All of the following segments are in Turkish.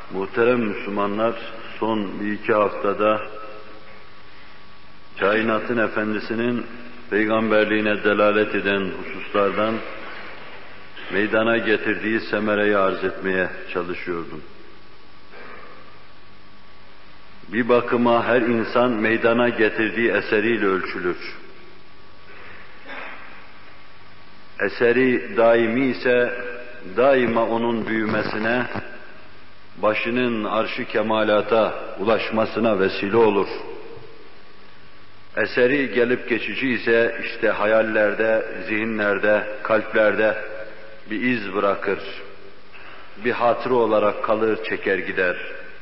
Muhterem Müslümanlar, son bir iki haftada kainatın efendisinin peygamberliğine delalet eden hususlardan meydana getirdiği semereyi arz etmeye çalışıyordum. Bir bakıma her insan meydana getirdiği eseriyle ölçülür. Eseri daimi ise daima onun büyümesine, başının arş-ı kemalata ulaşmasına vesile olur. Eseri gelip geçici ise işte hayallerde, zihinlerde, kalplerde bir iz bırakır. Bir hatırı olarak kalır, çeker gider.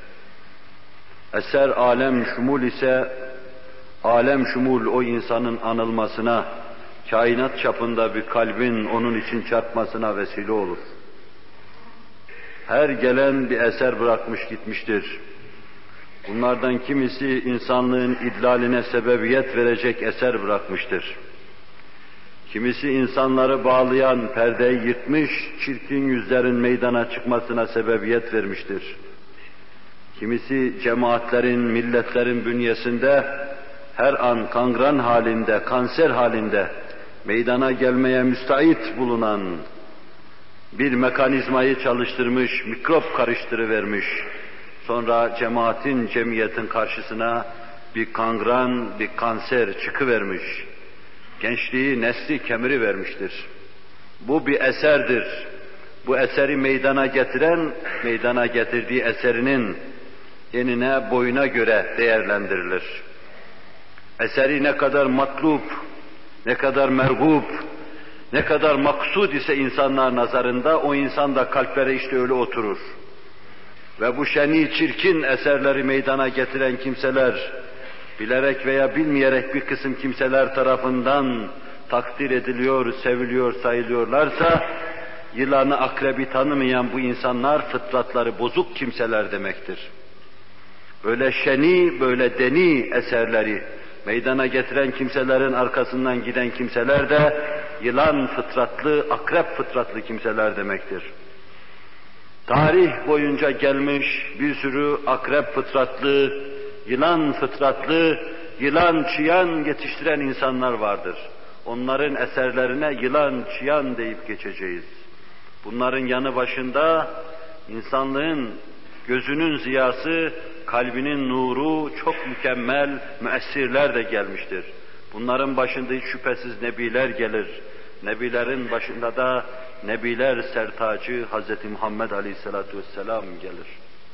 Eser alem şumul ise, alem şumul o insanın anılmasına, kainat çapında bir kalbin onun için çarpmasına vesile olur. Her gelen bir eser bırakmış gitmiştir. Bunlardan kimisi insanlığın idlaline sebebiyet verecek eser bırakmıştır. Kimisi insanları bağlayan perdeyi yırtmış, çirkin yüzlerin meydana çıkmasına sebebiyet vermiştir. Kimisi cemaatlerin, milletlerin bünyesinde her an kangren halinde, kanser halinde meydana gelmeye müstahit bulunan bir mekanizmayı çalıştırmış, mikrop karıştırıvermiş. Sonra cemaatin, cemiyetin karşısına bir kangren, bir kanser çıkıvermiş. Gençliği, nesli kemirivermiştir. Bu bir eserdir. Bu eseri meydana getiren, meydana getirdiği eserinin enine, boyuna göre değerlendirilir. Eseri ne kadar matlub, ne kadar mergub, ne kadar maksud ise insanlar nazarında, o insan da kalplere işte öyle oturur. Ve bu şeni çirkin eserleri meydana getiren kimseler, bilerek veya bilmeyerek bir kısım kimseler tarafından takdir ediliyor, seviliyor, sayılıyorlarsa, yılanı, akrebi tanımayan bu insanlar fıtratları bozuk kimseler demektir. Böyle şeni, böyle deni eserleri meydana getiren kimselerin arkasından giden kimseler de yılan fıtratlı, akrep fıtratlı kimseler demektir. Tarih boyunca gelmiş bir sürü akrep fıtratlı, yılan fıtratlı, yılan çıyan yetiştiren insanlar vardır. Onların eserlerine yılan çıyan deyip geçeceğiz. Bunların yanı başında insanlığın gözünün ziyası, kalbinin nuru, çok mükemmel müessirler de gelmiştir. Bunların başında hiç şüphesiz nebiler gelir. Nebilerin başında da nebiler sertacı Hz. Muhammed Aleyhisselatü Vesselam gelir.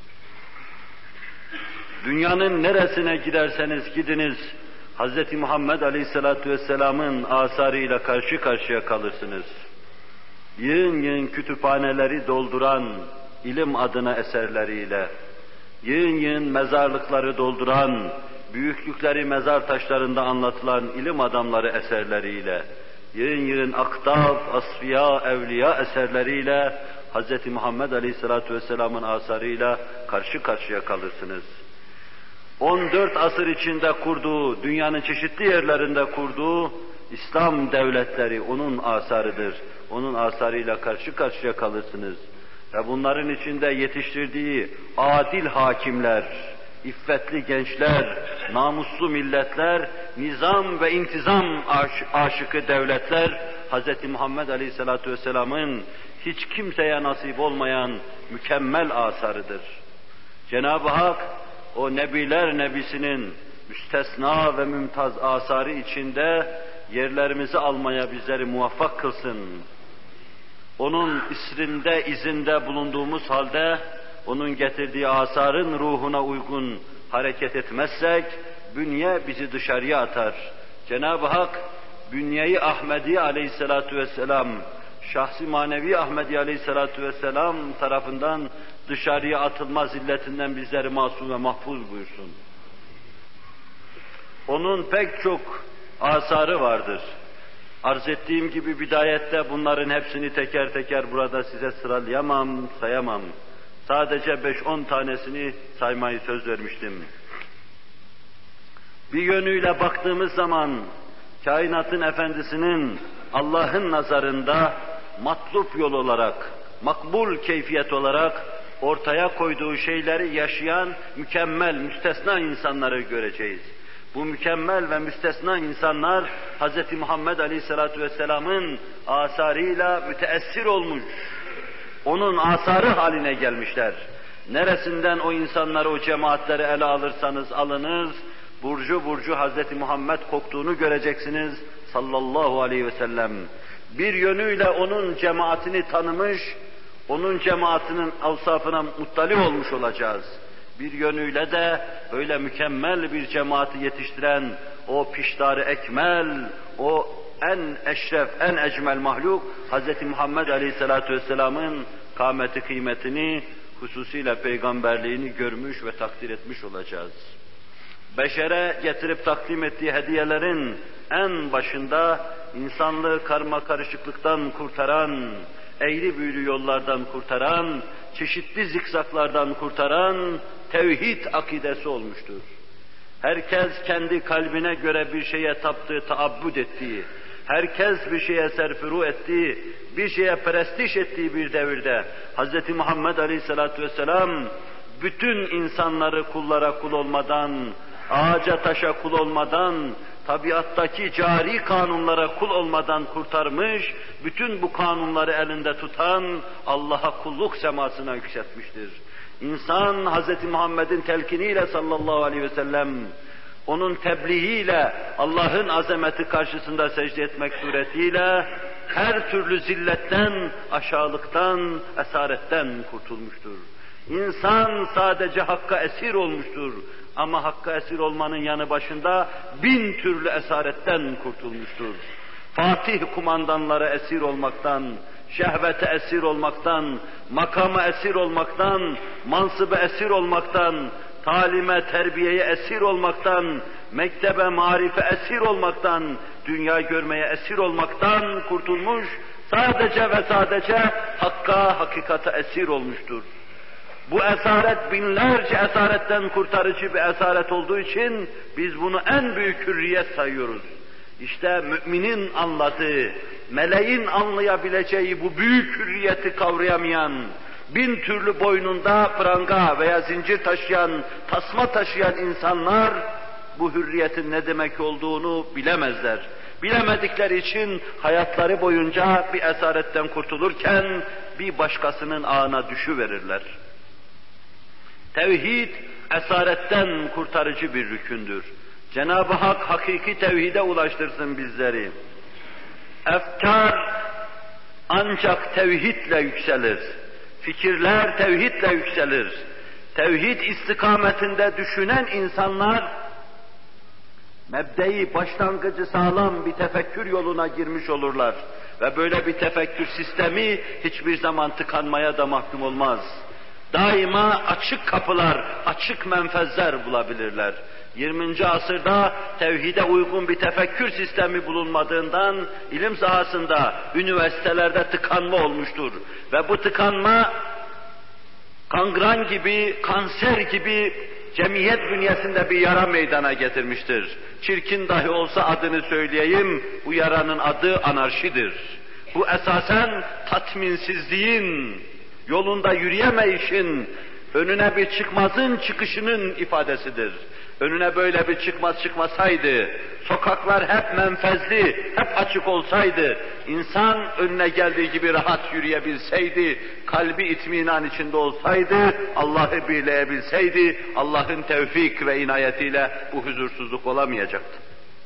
Dünyanın neresine giderseniz gidiniz, Hz. Muhammed Aleyhisselatü Vesselam'ın asarıyla karşı karşıya kalırsınız. Yığın yığın kütüphaneleri dolduran ilim adına eserleriyle, yığın yığın mezarlıkları dolduran, büyüklükleri mezar taşlarında anlatılan ilim adamları eserleriyle, yığın yığın aktab, asfiya, evliya eserleriyle, Hz. Muhammed Aleyhisselatü Vesselam'ın asarıyla karşı karşıya kalırsınız. 14 asır içinde kurduğu, dünyanın çeşitli yerlerinde kurduğu İslam devletleri onun asarıdır. Onun asarıyla karşı karşıya kalırsınız. Ve bunların içinde yetiştirdiği adil hakimler, iffetli gençler, namuslu milletler, nizam ve intizam aşıkı devletler, Hz. Muhammed Aleyhisselatü Vesselam'ın hiç kimseye nasip olmayan mükemmel asarıdır. Cenab-ı Hak, o Nebiler Nebisi'nin müstesna ve mümtaz asarı içinde yerlerimizi almaya bizleri muvaffak kılsın. Onun isrinde, izinde bulunduğumuz halde, onun getirdiği asarın ruhuna uygun hareket etmezsek, bünye bizi dışarıya atar. Cenab-ı Hak, bünye-i Ahmedi Aleyhisselatü Vesselam, şahsi manevi Ahmedi Aleyhisselatü Vesselam tarafından dışarıya atılma zilletinden bizleri masum ve mahfuz buyursun. Onun pek çok asarı vardır. Arz ettiğim gibi bidayette bunların hepsini teker teker burada size sıralayamam, sayamam. Sadece 5-10 tanesini saymayı söz vermiştim. Bir yönüyle baktığımız zaman kainatın efendisinin Allah'ın nazarında matlub yol olarak, makbul keyfiyet olarak ortaya koyduğu şeyleri yaşayan mükemmel, müstesna insanları göreceğiz. Bu mükemmel ve müstesna insanlar Hz. Muhammed Aleyhisselatü Vesselam'ın asarıyla müteessir olmuş, onun asarı haline gelmişler. Neresinden o insanları, o cemaatleri ele alırsanız alınız, burcu burcu Hz. Muhammed koktuğunu göreceksiniz sallallahu aleyhi ve sellem. Bir yönüyle onun cemaatini tanımış, onun cemaatinin avsafına muttali olmuş olacağız. Bir yönüyle de öyle mükemmel bir cemaati yetiştiren o piştar-ı ekmel, o en eşref, en ecmel mahluk Hz. Muhammed Aleyhisselatü Vesselam'ın kâmeti kıymetini, hususiyle peygamberliğini görmüş ve takdir etmiş olacağız. Beşere getirip takdim ettiği hediyelerin en başında insanlığı karma karışıklıktan kurtaran, eğri büğrü yollardan kurtaran, çeşitli zikzaklardan kurtaran tevhid akidesi olmuştur. Herkes kendi kalbine göre bir şeye taptığı, taabbüd ettiği, herkes bir şeye serfuru ettiği, bir şeye prestij ettiği bir devirde Hz. Muhammed Aleyhisselatü Vesselam bütün insanları kullara kul olmadan, ağaca taşa kul olmadan, tabiattaki cari kanunlara kul olmadan kurtarmış, bütün bu kanunları elinde tutan Allah'a kulluk semasına yükseltmiştir. İnsan Hz. Muhammed'in telkiniyle sallallahu aleyhi ve sellem, onun tebliğiyle Allah'ın azameti karşısında secde etmek suretiyle her türlü zilletten, aşağılıktan, esaretten kurtulmuştur. İnsan sadece Hakk'a esir olmuştur. Ama Hakk'a esir olmanın yanı başında 1000 türlü esaretten kurtulmuştur. Fatih kumandanlara esir olmaktan, şehvete esir olmaktan, makama esir olmaktan, mansıbe esir olmaktan, talime, terbiyeye esir olmaktan, mektebe, marife esir olmaktan, dünya görmeye esir olmaktan kurtulmuş, sadece ve sadece Hakk'a, hakikate esir olmuştur. Bu esaret binlerce esaretten kurtarıcı bir esaret olduğu için biz bunu en büyük hürriyet sayıyoruz. İşte müminin anladığı, meleğin anlayabileceği bu büyük hürriyeti kavrayamayan, 1000 türlü boynunda pranga veya zincir taşıyan, tasma taşıyan insanlar bu hürriyetin ne demek olduğunu bilemezler. Bilemedikleri için hayatları boyunca bir esaretten kurtulurken bir başkasının ağına düşüverirler. Tevhid, esaretten kurtarıcı bir rükündür. Cenab-ı Hak hakiki tevhide ulaştırsın bizleri. Efkar ancak tevhidle yükselir. Fikirler tevhidle yükselir. Tevhid istikametinde düşünen insanlar, mebdeyi, başlangıcı sağlam bir tefekkür yoluna girmiş olurlar. Ve böyle bir tefekkür sistemi hiçbir zaman tıkanmaya da mahkum olmaz. Daima açık kapılar, açık menfezler bulabilirler. 20. asırda tevhide uygun bir tefekkür sistemi bulunmadığından ilim sahasında, üniversitelerde tıkanma olmuştur. Ve bu tıkanma kangren gibi, kanser gibi cemiyet bünyesinde bir yara meydana getirmiştir. Çirkin dahi olsa adını söyleyeyim, bu yaranın adı anarşidir. Bu esasen tatminsizliğin, yolunda yürüyemeyişin, önüne bir çıkmazın çıkışının ifadesidir. Önüne böyle bir çıkmaz çıkmasaydı, sokaklar hep menfezli, hep açık olsaydı, insan önüne geldiği gibi rahat yürüyebilseydi, kalbi itminan içinde olsaydı, Allah'ı birleyebilseydi, Allah'ın tevfik ve inayetiyle bu huzursuzluk olamayacaktı.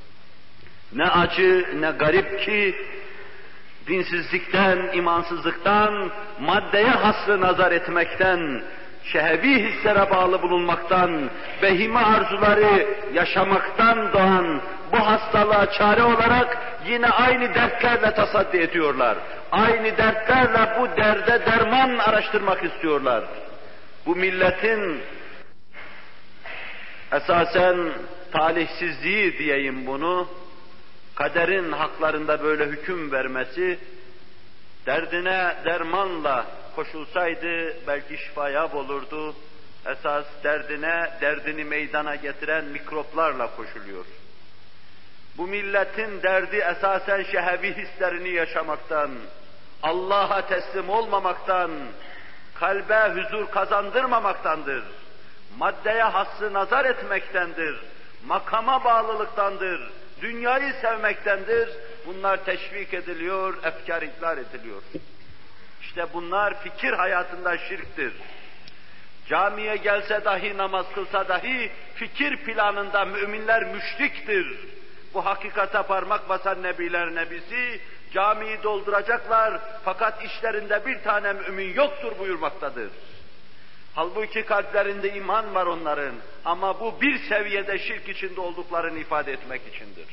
Ne acı, ne garip ki, dinsizlikten, imansızlıktan, maddeye hasrı nazar etmekten, şehvi hislere bağlı bulunmaktan, behime arzuları yaşamaktan doğan bu hastalığa çare olarak yine aynı dertlerle tasaddi ediyorlar. Aynı dertlerle bu derde derman araştırmak istiyorlar. Bu milletin esasen talihsizliği diyeyim bunu, kaderin haklarında böyle hüküm vermesi, derdine dermanla koşulsaydı belki şifaya olurdu. Esas derdini meydana getiren mikroplarla koşuluyor. Bu milletin derdi esasen şehvi hislerini yaşamaktan, Allah'a teslim olmamaktan, kalbe huzur kazandırmamaktandır. Maddeye hassı nazar etmektendir. Makama bağlılıktandır. Dünyayı sevmektendir. Bunlar teşvik ediliyor, efkar ihlal ediliyor. İşte bunlar fikir hayatında şirktir. Camiye gelse dahi, namaz kılsa dahi fikir planında müminler müşriktir. Bu hakikate parmak basan nebiler nebisi, camiyi dolduracaklar fakat işlerinde bir tane mümin yoktur buyurmaktadır. Halbuki kalplerinde iman var onların ama bu bir seviyede şirk içinde olduklarını ifade etmek içindir.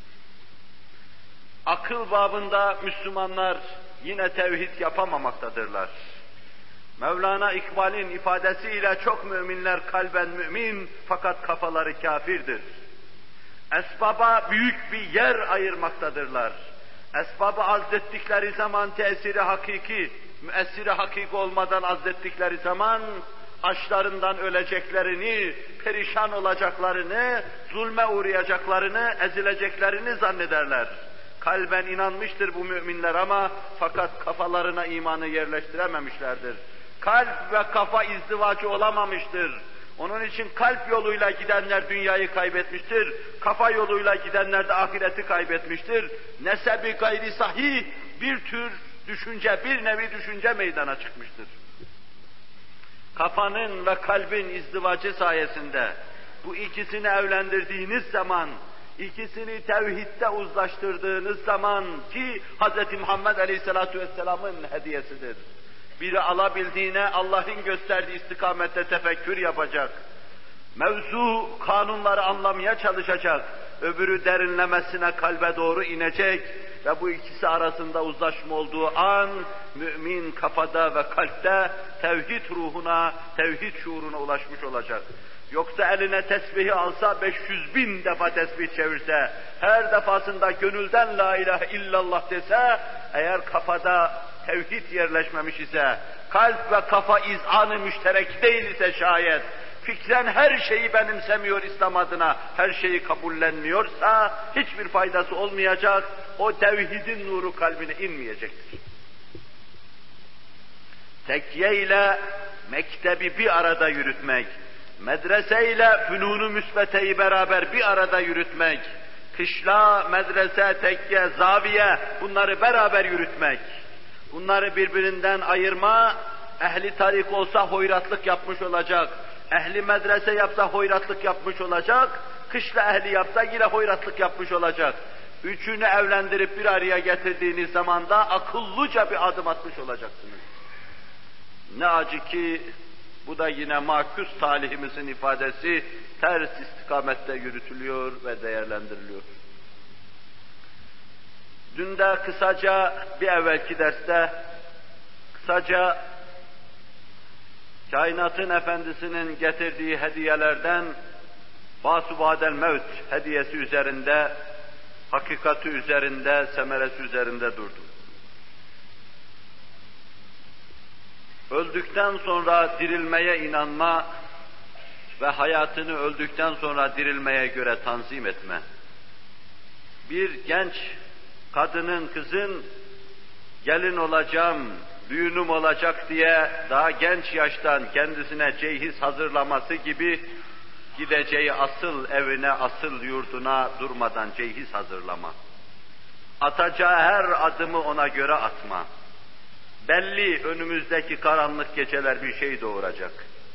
Akıl babında Müslümanlar yine tevhid yapamamaktadırlar. Mevlana İkbal'in ifadesiyle çok müminler kalben mümin fakat kafaları kafirdir. Esbaba büyük bir yer ayırmaktadırlar. Esbabı azlettikleri zaman tesiri hakiki, müessiri hakiki olmadan azlettikleri zaman açlarından öleceklerini, perişan olacaklarını, zulme uğrayacaklarını, ezileceklerini zannederler. Kalben inanmıştır bu müminler ama fakat kafalarına imanı yerleştirememişlerdir. Kalp ve kafa izdivacı olamamıştır. Onun için kalp yoluyla gidenler dünyayı kaybetmiştir. Kafa yoluyla gidenler de ahireti kaybetmiştir. Nesebi gayri sahih bir tür düşünce, bir nevi düşünce meydana çıkmıştır. Kafanın ve kalbin izdivacı sayesinde bu ikisini evlendirdiğiniz zaman, ikisini tevhidde uzlaştırdığınız zaman ki Hz. Muhammed Aleyhisselatü Vesselam'ın hediyesidir. Biri alabildiğine Allah'ın gösterdiği istikamette tefekkür yapacak. Mevzu, kanunları anlamaya çalışacak. Öbürü derinlemesine kalbe doğru inecek ve bu ikisi arasında uzlaşma olduğu an mümin kafada ve kalpte tevhid ruhuna, tevhid şuuruna ulaşmış olacak. Yoksa eline tesbihi alsa 500.000 defa tesbih çevirse, her defasında gönülden la ilahe illallah dese, eğer kafada tevhid yerleşmemiş ise, kalp ve kafa izanı müşterek değil ise şayet, fikren her şeyi benimsemiyor İslam adına, her şeyi kabullenmiyorsa, hiçbir faydası olmayacak, o tevhidin nuru kalbine inmeyecektir. Tekye ile mektebi bir arada yürütmek, medrese ile fünun-u müsbeteyi beraber bir arada yürütmek, kışla, medrese, tekke, zaviye bunları beraber yürütmek, bunları birbirinden ayırma, ehli tarik olsa hoyratlık yapmış olacak, ehli medrese yapsa hoyratlık yapmış olacak, kışla ehli yapsa yine hoyratlık yapmış olacak. Üçünü evlendirip bir araya getirdiğiniz zaman da akıllıca bir adım atmış olacaksınız. Ne acı ki bu da yine makus talihimizin ifadesi ters istikamette yürütülüyor ve değerlendiriliyor. Dün de kısaca bir evvelki derste kainatın efendisinin getirdiği hediyelerden Basubadel Mevt hediyesi üzerinde, hakikati üzerinde, semeresi üzerinde durdum. Öldükten sonra dirilmeye inanma ve hayatını öldükten sonra dirilmeye göre tanzim etme. Bir genç kadının, kızın gelin olacağım, düğünüm olacak diye daha genç yaştan kendisine cehiz hazırlaması gibi gideceği asıl evine, asıl yurduna durmadan cehiz hazırlama. Atacağı her adımı ona göre atma. Belli önümüzdeki karanlık geceler bir şey doğuracak.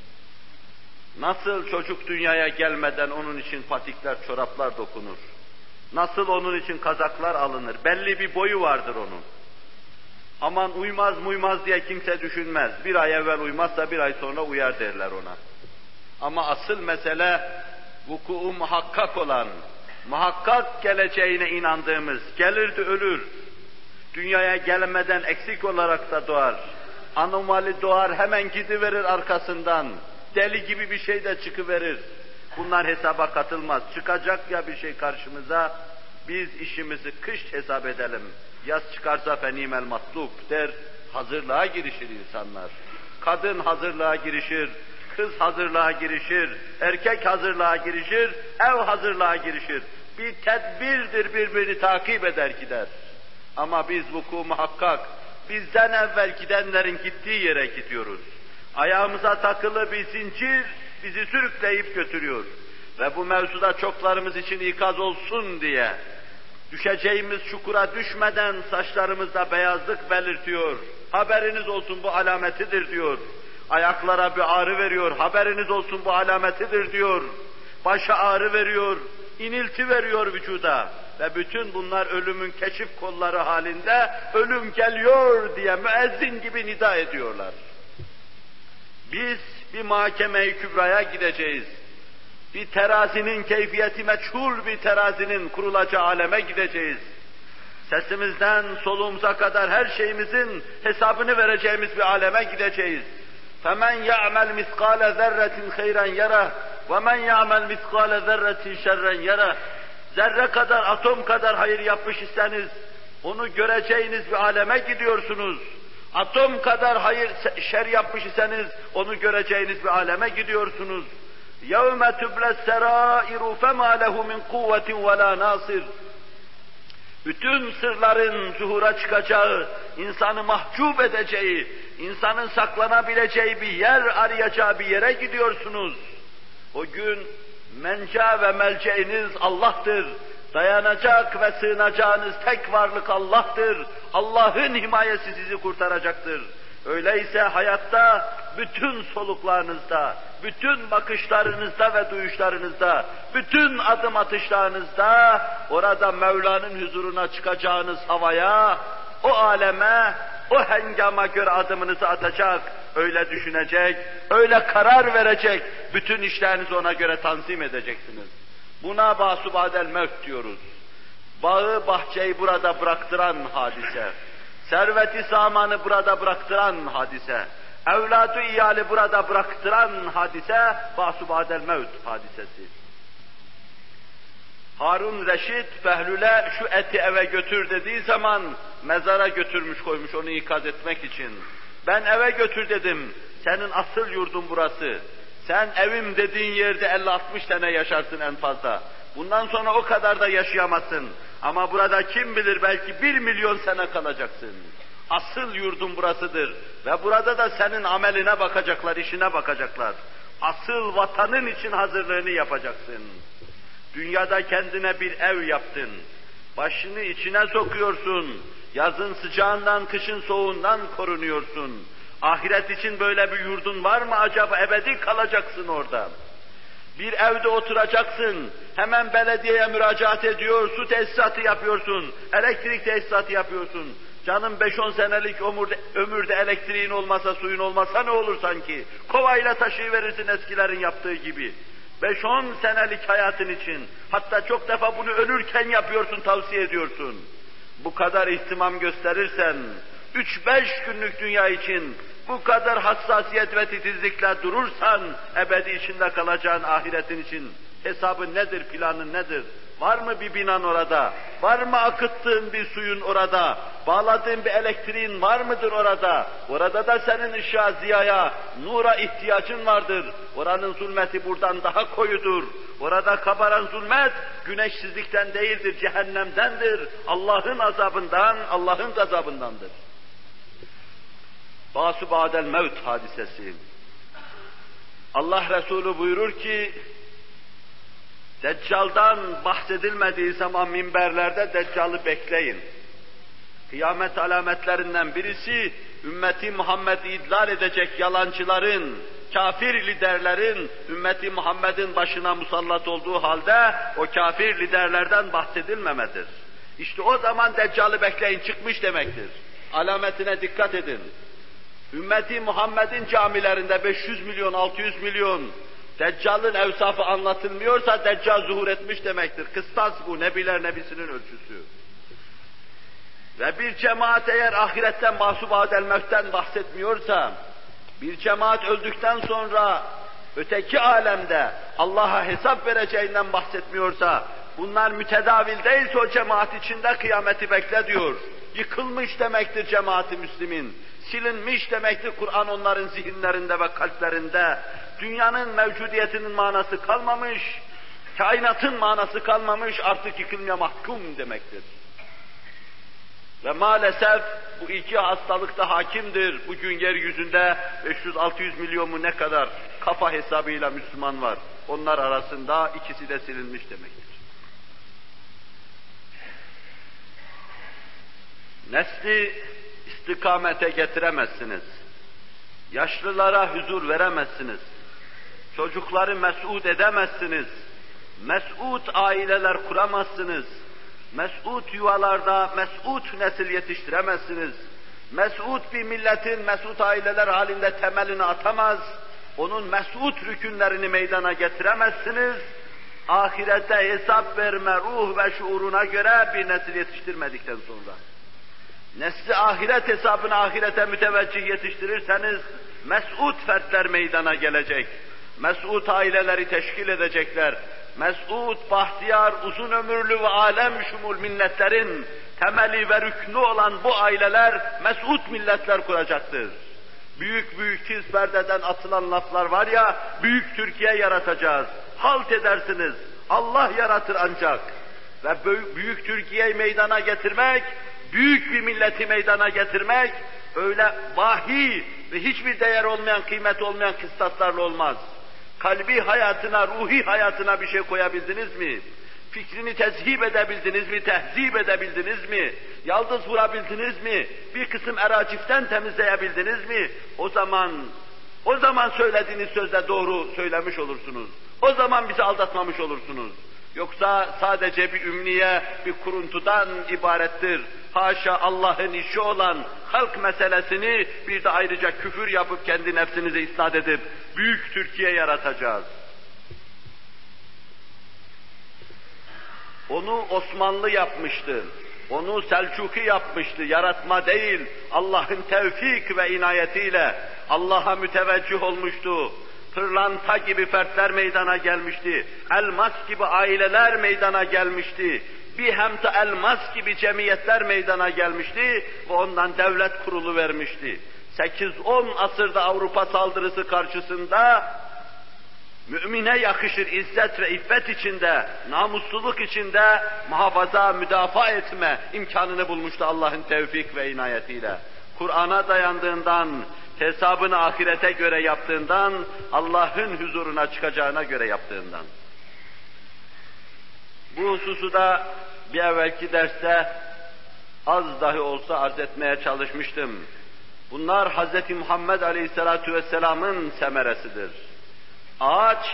Nasıl çocuk dünyaya gelmeden onun için patikler, çoraplar dokunur. Nasıl onun için kazaklar alınır. Belli bir boyu vardır onun. Aman uymaz diye kimse düşünmez. Bir ay evvel uymazsa bir ay sonra uyar derler ona. Ama asıl mesele vuku muhakkak olan, muhakkak geleceğine inandığımız, gelirdi ölür. Dünyaya gelmeden eksik olarak da doğar. Anomali doğar, hemen gidiverir arkasından. Deli gibi bir şey de çıkıverir. Bunlar hesaba katılmaz. Çıkacak ya bir şey karşımıza, biz işimizi kış hesap edelim. Yaz çıkarsa fenimel matlub der, hazırlığa girişir insanlar. Kadın hazırlığa girişir, kız hazırlığa girişir, erkek hazırlığa girişir, ev hazırlığa girişir. Bir tedbirdir, birbirini takip eder gider. Ama biz vuku muhakkak, bizden evvel gidenlerin gittiği yere gidiyoruz. Ayağımıza takılı bir zincir bizi sürükleyip götürüyor. Ve bu mevzuda çoklarımız için ikaz olsun diye düşeceğimiz çukura düşmeden saçlarımızda beyazlık belirtiyor. Haberiniz olsun bu alametidir diyor. Ayaklara bir ağrı veriyor. Haberiniz olsun bu alametidir diyor. Başa ağrı veriyor. İnilti veriyor vücuda. Ve bütün bunlar ölümün keşif kolları halinde ölüm geliyor diye müezzin gibi nida ediyorlar. Biz bir mahkeme-i kübraya gideceğiz. Bir terazinin keyfiyeti meçhul bir terazinin kurulacağı aleme gideceğiz. Sesimizden soluğumuza kadar her şeyimizin hesabını vereceğimiz bir aleme gideceğiz. فَمَنْ يَعْمَلْ مِثْقَالَ ذَرَّةٍ خَيْرًا يَرَهُ وَمَنْ يَعْمَلْ مِثْقَالَ ذَرَّةٍ شَرًّا يَرَهُ. Zerre kadar, atom kadar hayır yapmış iseniz, onu göreceğiniz bir aleme gidiyorsunuz. Atom kadar hayır, şer yapmış iseniz, onu göreceğiniz bir aleme gidiyorsunuz. يَوْمَ تُبْلَ السَّرَائِرُ فَمَا لَهُ مِنْ قُوَّةٍ وَلَا نَاصِرٍ. Bütün sırların zuhura çıkacağı, insanı mahcup edeceği, insanın saklanabileceği bir yer arayacağı bir yere gidiyorsunuz. O gün menca ve melceğiniz Allah'tır. Dayanacak ve sığınacağınız tek varlık Allah'tır. Allah'ın himayesi sizi kurtaracaktır. Öyleyse hayatta bütün soluklarınızda, bütün bakışlarınızda ve duyuşlarınızda, bütün adım atışlarınızda orada Mevla'nın huzuruna çıkacağınız havaya, o aleme, o hengama göre adımınızı atacak, öyle düşünecek, öyle karar verecek, bütün işlerinizi ona göre tanzim edeceksiniz. Buna basubadel mevt diyoruz. Bağı, bahçeyi burada bıraktıran hadise. Serveti samanı burada bıraktıran hadise. Evladı iyali burada bıraktıran hadise, basubadel mevt hadisesi. Harun Reşit, Behlül'e şu eti eve götür dediği zaman, mezara götürmüş koymuş onu ikaz etmek için. Ben eve götür dedim, senin asıl yurdun burası. Sen evim dediğin yerde 50-60 sene yaşarsın en fazla. Bundan sonra o kadar da yaşayamazsın. Ama burada kim bilir belki 1 milyon sene kalacaksın. Asıl yurdun burasıdır. Ve burada da senin ameline bakacaklar, işine bakacaklar. Asıl vatanın için hazırlığını yapacaksın. Dünyada kendine bir ev yaptın. Başını içine sokuyorsun. Yazın sıcağından, kışın soğuğundan korunuyorsun. Ahiret için böyle bir yurdun var mı acaba? Ebedi kalacaksın orada. Bir evde oturacaksın, hemen belediyeye müracaat ediyor, su tesisatı yapıyorsun, elektrik tesisatı yapıyorsun. Canım 5-10 senelik ömürde elektriğin olmasa, suyun olmasa ne olur sanki? Kovayla taşıyıverirsin eskilerin yaptığı gibi. 5-10 senelik hayatın için, hatta çok defa bunu ölürken yapıyorsun, tavsiye ediyorsun. Bu kadar ihtimam gösterirsen, 3-5 günlük dünya için bu kadar hassasiyet ve titizlikle durursan, ebedi içinde kalacağın ahiretin için hesabın nedir, planın nedir? Var mı bir binan orada? Var mı akıttığın bir suyun orada? Bağladığın bir elektriğin var mıdır orada? Orada da senin ışığa, ziyaya, nura ihtiyacın vardır. Oranın zulmeti buradan daha koyudur. Orada kabaran zulmet, güneşsizlikten değildir, cehennemdendir. Allah'ın azabından, Allah'ın gazabındandır. Basubadel mevt hadisesi. Allah Resulü buyurur ki, Deccal'dan bahsedilmediği zaman minberlerde Deccal'ı bekleyin. Kıyamet alametlerinden birisi, ümmeti Muhammed'i idlal edecek yalancıların, kafir liderlerin, ümmeti Muhammed'in başına musallat olduğu halde, o kafir liderlerden bahsedilmemedir. İşte o zaman Deccal'ı bekleyin, çıkmış demektir. Alametine dikkat edin. Ümmeti Muhammed'in camilerinde 500 milyon, 600 milyon, Deccal'ın evsafı anlatılmıyorsa Deccal zuhur etmiş demektir. Kıstas bu, nebiler nebisinin ölçüsü. Ve bir cemaat eğer ahiretten, mahsubadel mevtten bahsetmiyorsa, bir cemaat öldükten sonra öteki alemde Allah'a hesap vereceğinden bahsetmiyorsa, bunlar mütedavil değilse o cemaat içinde kıyameti bekle diyor. Yıkılmış demektir cemaat-i Müslümin. Silinmiş demektir Kur'an onların zihinlerinde ve kalplerinde. Dünyanın mevcudiyetinin manası kalmamış, kainatın manası kalmamış, artık yıkılmaya mahkum demektir. Ve maalesef bu iki hastalık da hakimdir. Bugün yeryüzünde 500-600 milyon mu ne kadar kafa hesabıyla Müslüman var. Onlar arasında ikisi de silinmiş demektir. Nesli istikamete getiremezsiniz. Yaşlılara huzur veremezsiniz. Çocukları mes'ud edemezsiniz. Mes'ud aileler kuramazsınız. Mes'ud yuvalarda mes'ud nesil yetiştiremezsiniz. Mes'ud bir milletin mes'ud aileler halinde temelini atamaz. Onun mes'ud rükünlerini meydana getiremezsiniz. Ahirete hesap verme ruh ve şuuruna göre bir nesil yetiştirmedikten sonra. Nesli ahiret hesabına ahirete müteveccih yetiştirirseniz mes'ud fertler meydana gelecek. Mes'ud aileleri teşkil edecekler. Mes'ud, bahtiyar, uzun ömürlü ve alem şumul milletlerin temeli ve rüknü olan bu aileler mes'ud milletler kuracaktır. Büyük büyük tiz perdeden atılan laflar var ya, büyük Türkiye yaratacağız. Halt edersiniz. Allah yaratır ancak. Ve büyük Türkiye'yi meydana getirmek, büyük bir milleti meydana getirmek, öyle vahiy ve hiçbir değer olmayan, kıymet olmayan kıstaslarla olmaz. Kalbi hayatına, ruhi hayatına bir şey koyabildiniz mi? Fikrini tezhip edebildiniz mi, tehzip edebildiniz mi? Yaldız vurabildiniz mi? Bir kısım eraciften temizleyebildiniz mi? O zaman söylediğiniz sözde doğru söylemiş olursunuz. O zaman bizi aldatmamış olursunuz. Yoksa sadece bir ümniye, bir kuruntudan ibarettir. Haşa Allah'ın işi olan halk meselesini bir de ayrıca küfür yapıp kendi nefsinize isnat edip büyük Türkiye yaratacağız. Onu Osmanlı yapmıştı. Onu Selçuki yapmıştı. Yaratma değil, Allah'ın tevfik ve inayetiyle Allah'a müteveccih olmuştu. Pırlanta gibi fertler meydana gelmişti. Elmas gibi aileler meydana gelmişti. Bir hem de elmas gibi cemiyetler meydana gelmişti ve ondan devlet kurulu vermişti. 8-10 asırda Avrupa saldırısı karşısında mümine yakışır izzet ve iffet içinde, namusluluk içinde muhafaza, müdafaa etme imkanını bulmuştu Allah'ın tevfik ve inayetiyle. Kur'an'a dayandığından, hesabını ahirete göre yaptığından, Allah'ın huzuruna çıkacağına göre yaptığından. Bu hususu da bir evvelki derste az dahi olsa arz etmeye çalışmıştım. Bunlar Hz. Muhammed Aleyhisselatü Vesselam'ın semeresidir. Ağaç,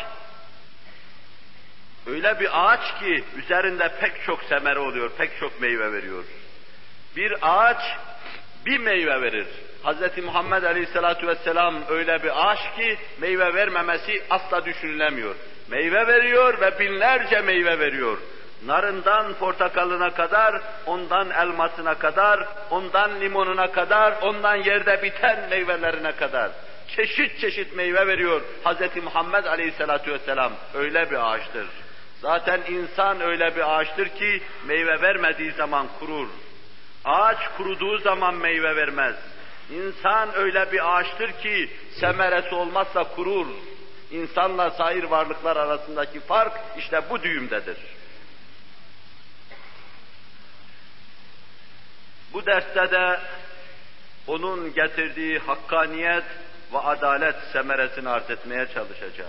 öyle bir ağaç ki üzerinde pek çok semere oluyor, pek çok meyve veriyor. Bir ağaç bir meyve verir. Hz. Muhammed Aleyhisselatü Vesselam öyle bir ağaç ki meyve vermemesi asla düşünülemiyor. Meyve veriyor ve binlerce meyve veriyor. Narından portakalına kadar, ondan elmasına kadar, ondan limonuna kadar, ondan yerde biten meyvelerine kadar. Çeşit çeşit meyve veriyor Hz. Muhammed Aleyhisselatü Vesselam. Öyle bir ağaçtır. Zaten insan öyle bir ağaçtır ki meyve vermediği zaman kurur. Ağaç kuruduğu zaman meyve vermez. İnsan öyle bir ağaçtır ki semeresi olmazsa kurur. İnsanla sair varlıklar arasındaki fark işte bu düğümdedir. Bu derste de onun getirdiği hakkaniyet ve adalet semeresini arz etmeye çalışacağım.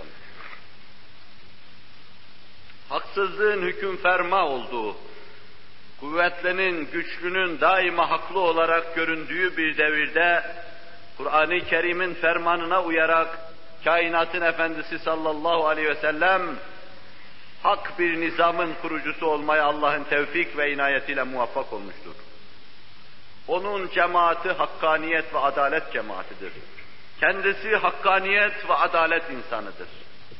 Haksızlığın hüküm ferma olduğu, kuvvetlinin, güçlünün daima haklı olarak göründüğü bir devirde, Kur'an-ı Kerim'in fermanına uyarak, kainatın efendisi sallallahu aleyhi ve sellem, hak bir nizamın kurucusu olmaya Allah'ın tevfik ve inayetiyle muvaffak olmuştur. Onun cemaati hakkaniyet ve adalet cemaatidir. Kendisi hakkaniyet ve adalet insanıdır.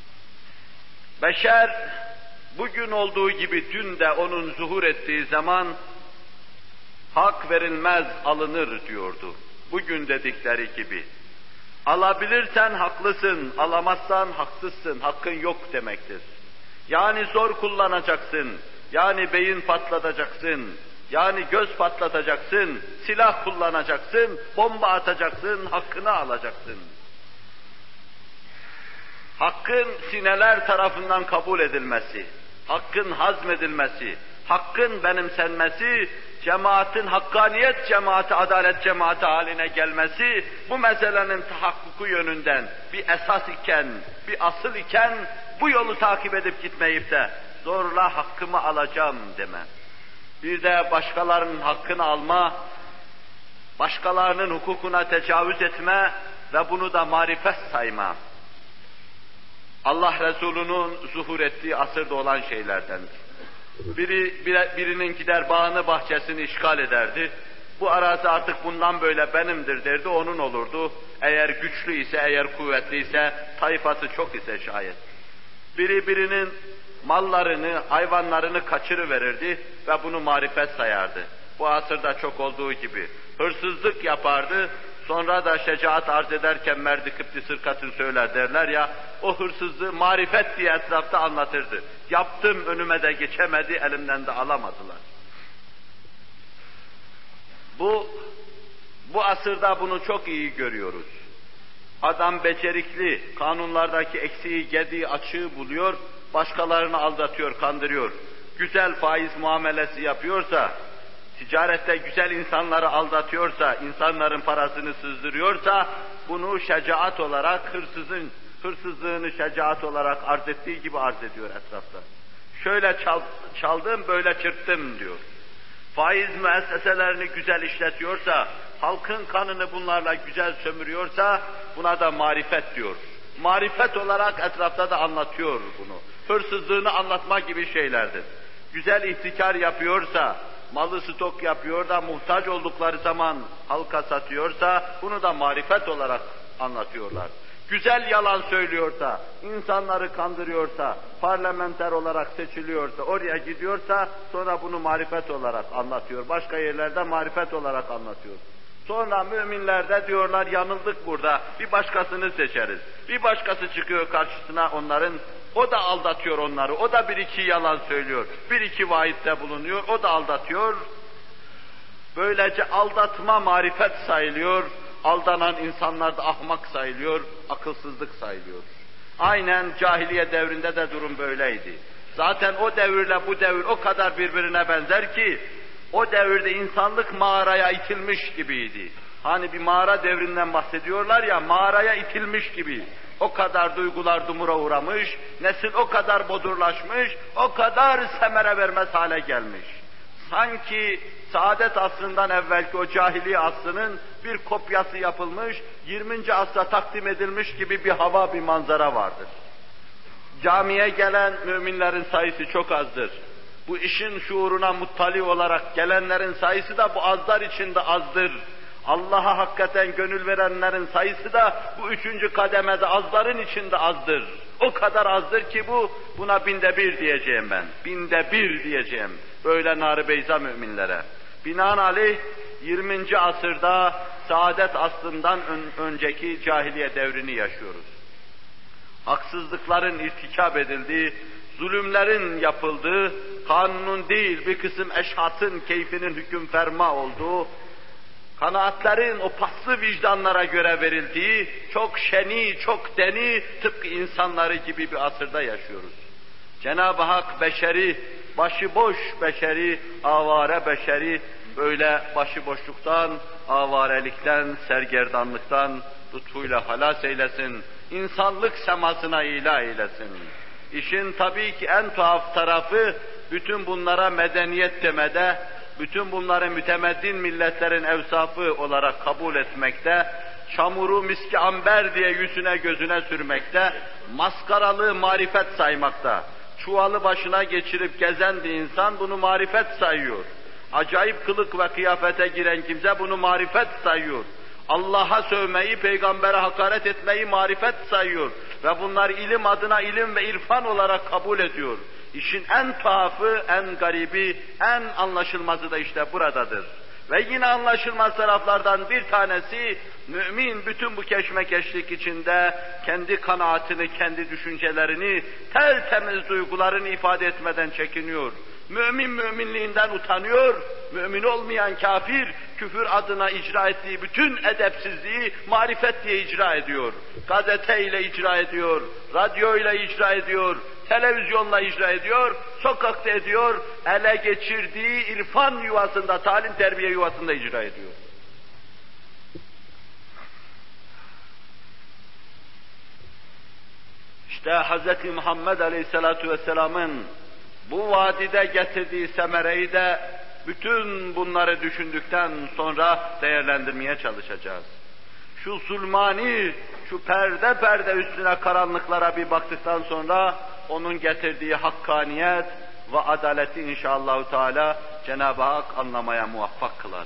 Beşer, bugün olduğu gibi dün de onun zuhur ettiği zaman, hak verilmez alınır diyordu. Bugün dedikleri gibi. Alabilirsen haklısın, alamazsan haksızsın, hakkın yok demektir. Yani zor kullanacaksın, yani beyin patlatacaksın, yani göz patlatacaksın, silah kullanacaksın, bomba atacaksın, hakkını alacaksın. Hakkın sineler tarafından kabul edilmesi, hakkın hazmedilmesi, hakkın benimsenmesi, cemaatin hakkaniyet cemaati, adalet cemaati haline gelmesi, bu meselenin tahakkuku yönünden bir esas iken, bir asıl iken, bu yolu takip edip gitmeyip de zorla hakkımı alacağım deme. Bir de başkalarının hakkını alma, başkalarının hukukuna tecavüz etme ve bunu da marifet sayma. Allah Resulü'nün zuhur ettiği asırda olan şeylerdendir. Birinin gider bağını bahçesini işgal ederdi. Bu arazi artık bundan böyle benimdir derdi, onun olurdu. Eğer güçlü ise, eğer kuvvetli ise, tayfası çok ise şayet. Birinin mallarını, hayvanlarını kaçırıverirdi ve bunu marifet sayardı. Bu asırda çok olduğu gibi. Hırsızlık yapardı, sonra da şecaat arz ederken merdi kıpti sırkatın söyler derler ya, o hırsızlığı marifet diye etrafta anlatırdı. Yaptım, önüme de geçemedi, elimden de alamadılar. Bu asırda bunu çok iyi görüyoruz. Adam becerikli, kanunlardaki eksiği, gediği, açığı buluyor, başkalarını aldatıyor, kandırıyor. Güzel faiz muamelesi yapıyorsa, ticarette güzel insanları aldatıyorsa, insanların parasını sızdırıyorsa, bunu şecaat olarak, hırsızlığını şecaat olarak arz ettiği gibi arz ediyor etrafta. Şöyle çaldım, böyle çırptım diyor. Faiz müesseselerini güzel işletiyorsa, halkın kanını bunlarla güzel sömürüyorsa, buna da marifet diyor. Marifet olarak etrafta da anlatıyor bunu. Hırsızlığını anlatma gibi şeylerdir. Güzel ihtikar yapıyorsa, malı stok yapıyor da muhtaç oldukları zaman halka satıyorsa, bunu da marifet olarak anlatıyorlar. Güzel yalan söylüyorsa, insanları kandırıyorsa, parlamenter olarak seçiliyorsa, oraya gidiyorsa, sonra bunu marifet olarak anlatıyor. Başka yerlerde marifet olarak anlatıyor. Sonra müminler de diyorlar, yanıldık burada, bir başkasını seçeriz. Bir başkası çıkıyor karşısına onların, o da aldatıyor onları, o da bir iki yalan söylüyor, bir iki vaitte bulunuyor, o da aldatıyor. Böylece aldatma marifet sayılıyor, aldanan insanlar da ahmak sayılıyor, akılsızlık sayılıyor. Aynen cahiliye devrinde de durum böyleydi. Zaten o devirle bu devir o kadar birbirine benzer ki, o devirde insanlık mağaraya itilmiş gibiydi. Hani bir mağara devrinden bahsediyorlar ya, mağaraya itilmiş gibi. O kadar duygular dumura uğramış, nesil o kadar bodurlaşmış, o kadar semere vermez hale gelmiş. Sanki saadet asrından evvelki o cahiliye asrının bir kopyası yapılmış, 20. asra takdim edilmiş gibi bir hava, bir manzara vardır. Camiye gelen müminlerin sayısı çok azdır. Bu işin şuuruna muttali olarak gelenlerin sayısı da bu azlar içinde azdır. Allah'a hakikaten gönül verenlerin sayısı da bu 3. kademede azların içinde azdır. O kadar azdır ki buna 1/1000 diyeceğim ben. 1/1000 diyeceğim. Böyle nar-ı beyza müminlere. Binaenaleyh 20. asırda saadet asrından önceki cahiliye devrini yaşıyoruz. Haksızlıkların irtikab edildiği, zulümlerin yapıldığı, kanunun değil bir kısım eşhatın keyfinin hüküm ferma olduğu, kanaatlerin o paslı vicdanlara göre verildiği, çok şeni, çok deni, tıpkı insanları gibi bir asırda yaşıyoruz. Cenab-ı Hak beşeri, başıboş beşeri, avare beşeri, böyle başıboşluktan, avarelikten, sergerdanlıktan lütfuyla halas eylesin, insanlık semasına ila eylesin. İşin tabii ki en tuhaf tarafı, bütün bunlara medeniyet demede, bütün bunları mütemeddin milletlerin evsafı olarak kabul etmekte, çamuru miski amber diye yüzüne gözüne sürmekte, maskaralı marifet saymakta. Çuvalı başına geçirip gezen bir insan bunu marifet sayıyor. Acayip kılık ve kıyafete giren kimse bunu marifet sayıyor. Allah'a sövmeyi, peygambere hakaret etmeyi marifet sayıyor. Ve bunlar ilim adına ilim ve irfan olarak kabul ediyor. İşin en tuhafı, en garibi, en anlaşılmazı da işte buradadır. Ve yine anlaşılmaz taraflardan bir tanesi, mümin bütün bu keşmekeşlik içinde kendi kanaatini, kendi düşüncelerini, tertemiz duygularını ifade etmeden çekiniyor. Mümin müminliğinden utanıyor, mümin olmayan kafir, küfür adına icra ettiği bütün edepsizliği marifet diye icra ediyor. Gazeteyle icra ediyor, radyoyla icra ediyor, televizyonla icra ediyor, sokakta ediyor, ele geçirdiği irfan yuvasında, talim terbiye yuvasında icra ediyor. İşte Hz. Muhammed Aleyhisselatü Vesselam'ın bu vadide getirdiği semereyi de bütün bunları düşündükten sonra değerlendirmeye çalışacağız. Şu zulmani, şu perde perde üstüne karanlıklara bir baktıktan sonra onun getirdiği hakkaniyet ve adaleti inşallahü teala Cenab-ı Hak anlamaya muvaffak kılar.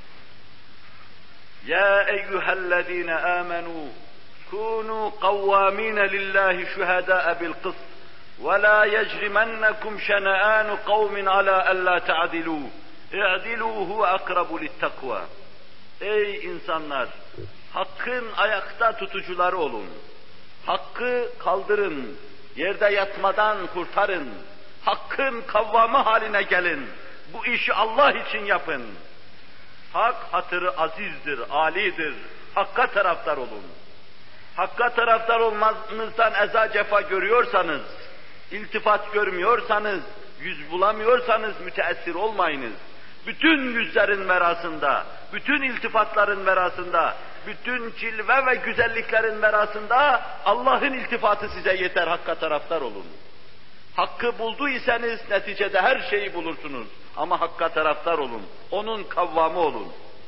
Ya eyyühellezine amenu kunu kavvamine lillahi şuhedâe bil kıst ve la yecrimenneküm şena'anu kavmin ala alla ta'dilû i'dilû huve akrabu littakva. Ey insanlar! Hakkın ayakta tutucuları olun. Hakkı kaldırın. Yerde yatmadan kurtarın. Hakkın kavvamı haline gelin. Bu işi Allah için yapın. Hak hatırı azizdir, âlidir. Hakka taraftar olun. Hakka taraftar olmanızdan eza cefa görüyorsanız, iltifat görmüyorsanız, yüz bulamıyorsanız müteessir olmayınız. Bütün yüzlerin verasında, bütün iltifatların verasında, bütün cilve ve güzelliklerin verasında Allah'ın iltifatı size yeter, hakka taraftar olun. Hakkı bulduysanız neticede her şeyi bulursunuz. Ama hakka taraftar olun, onun kavvamı olun.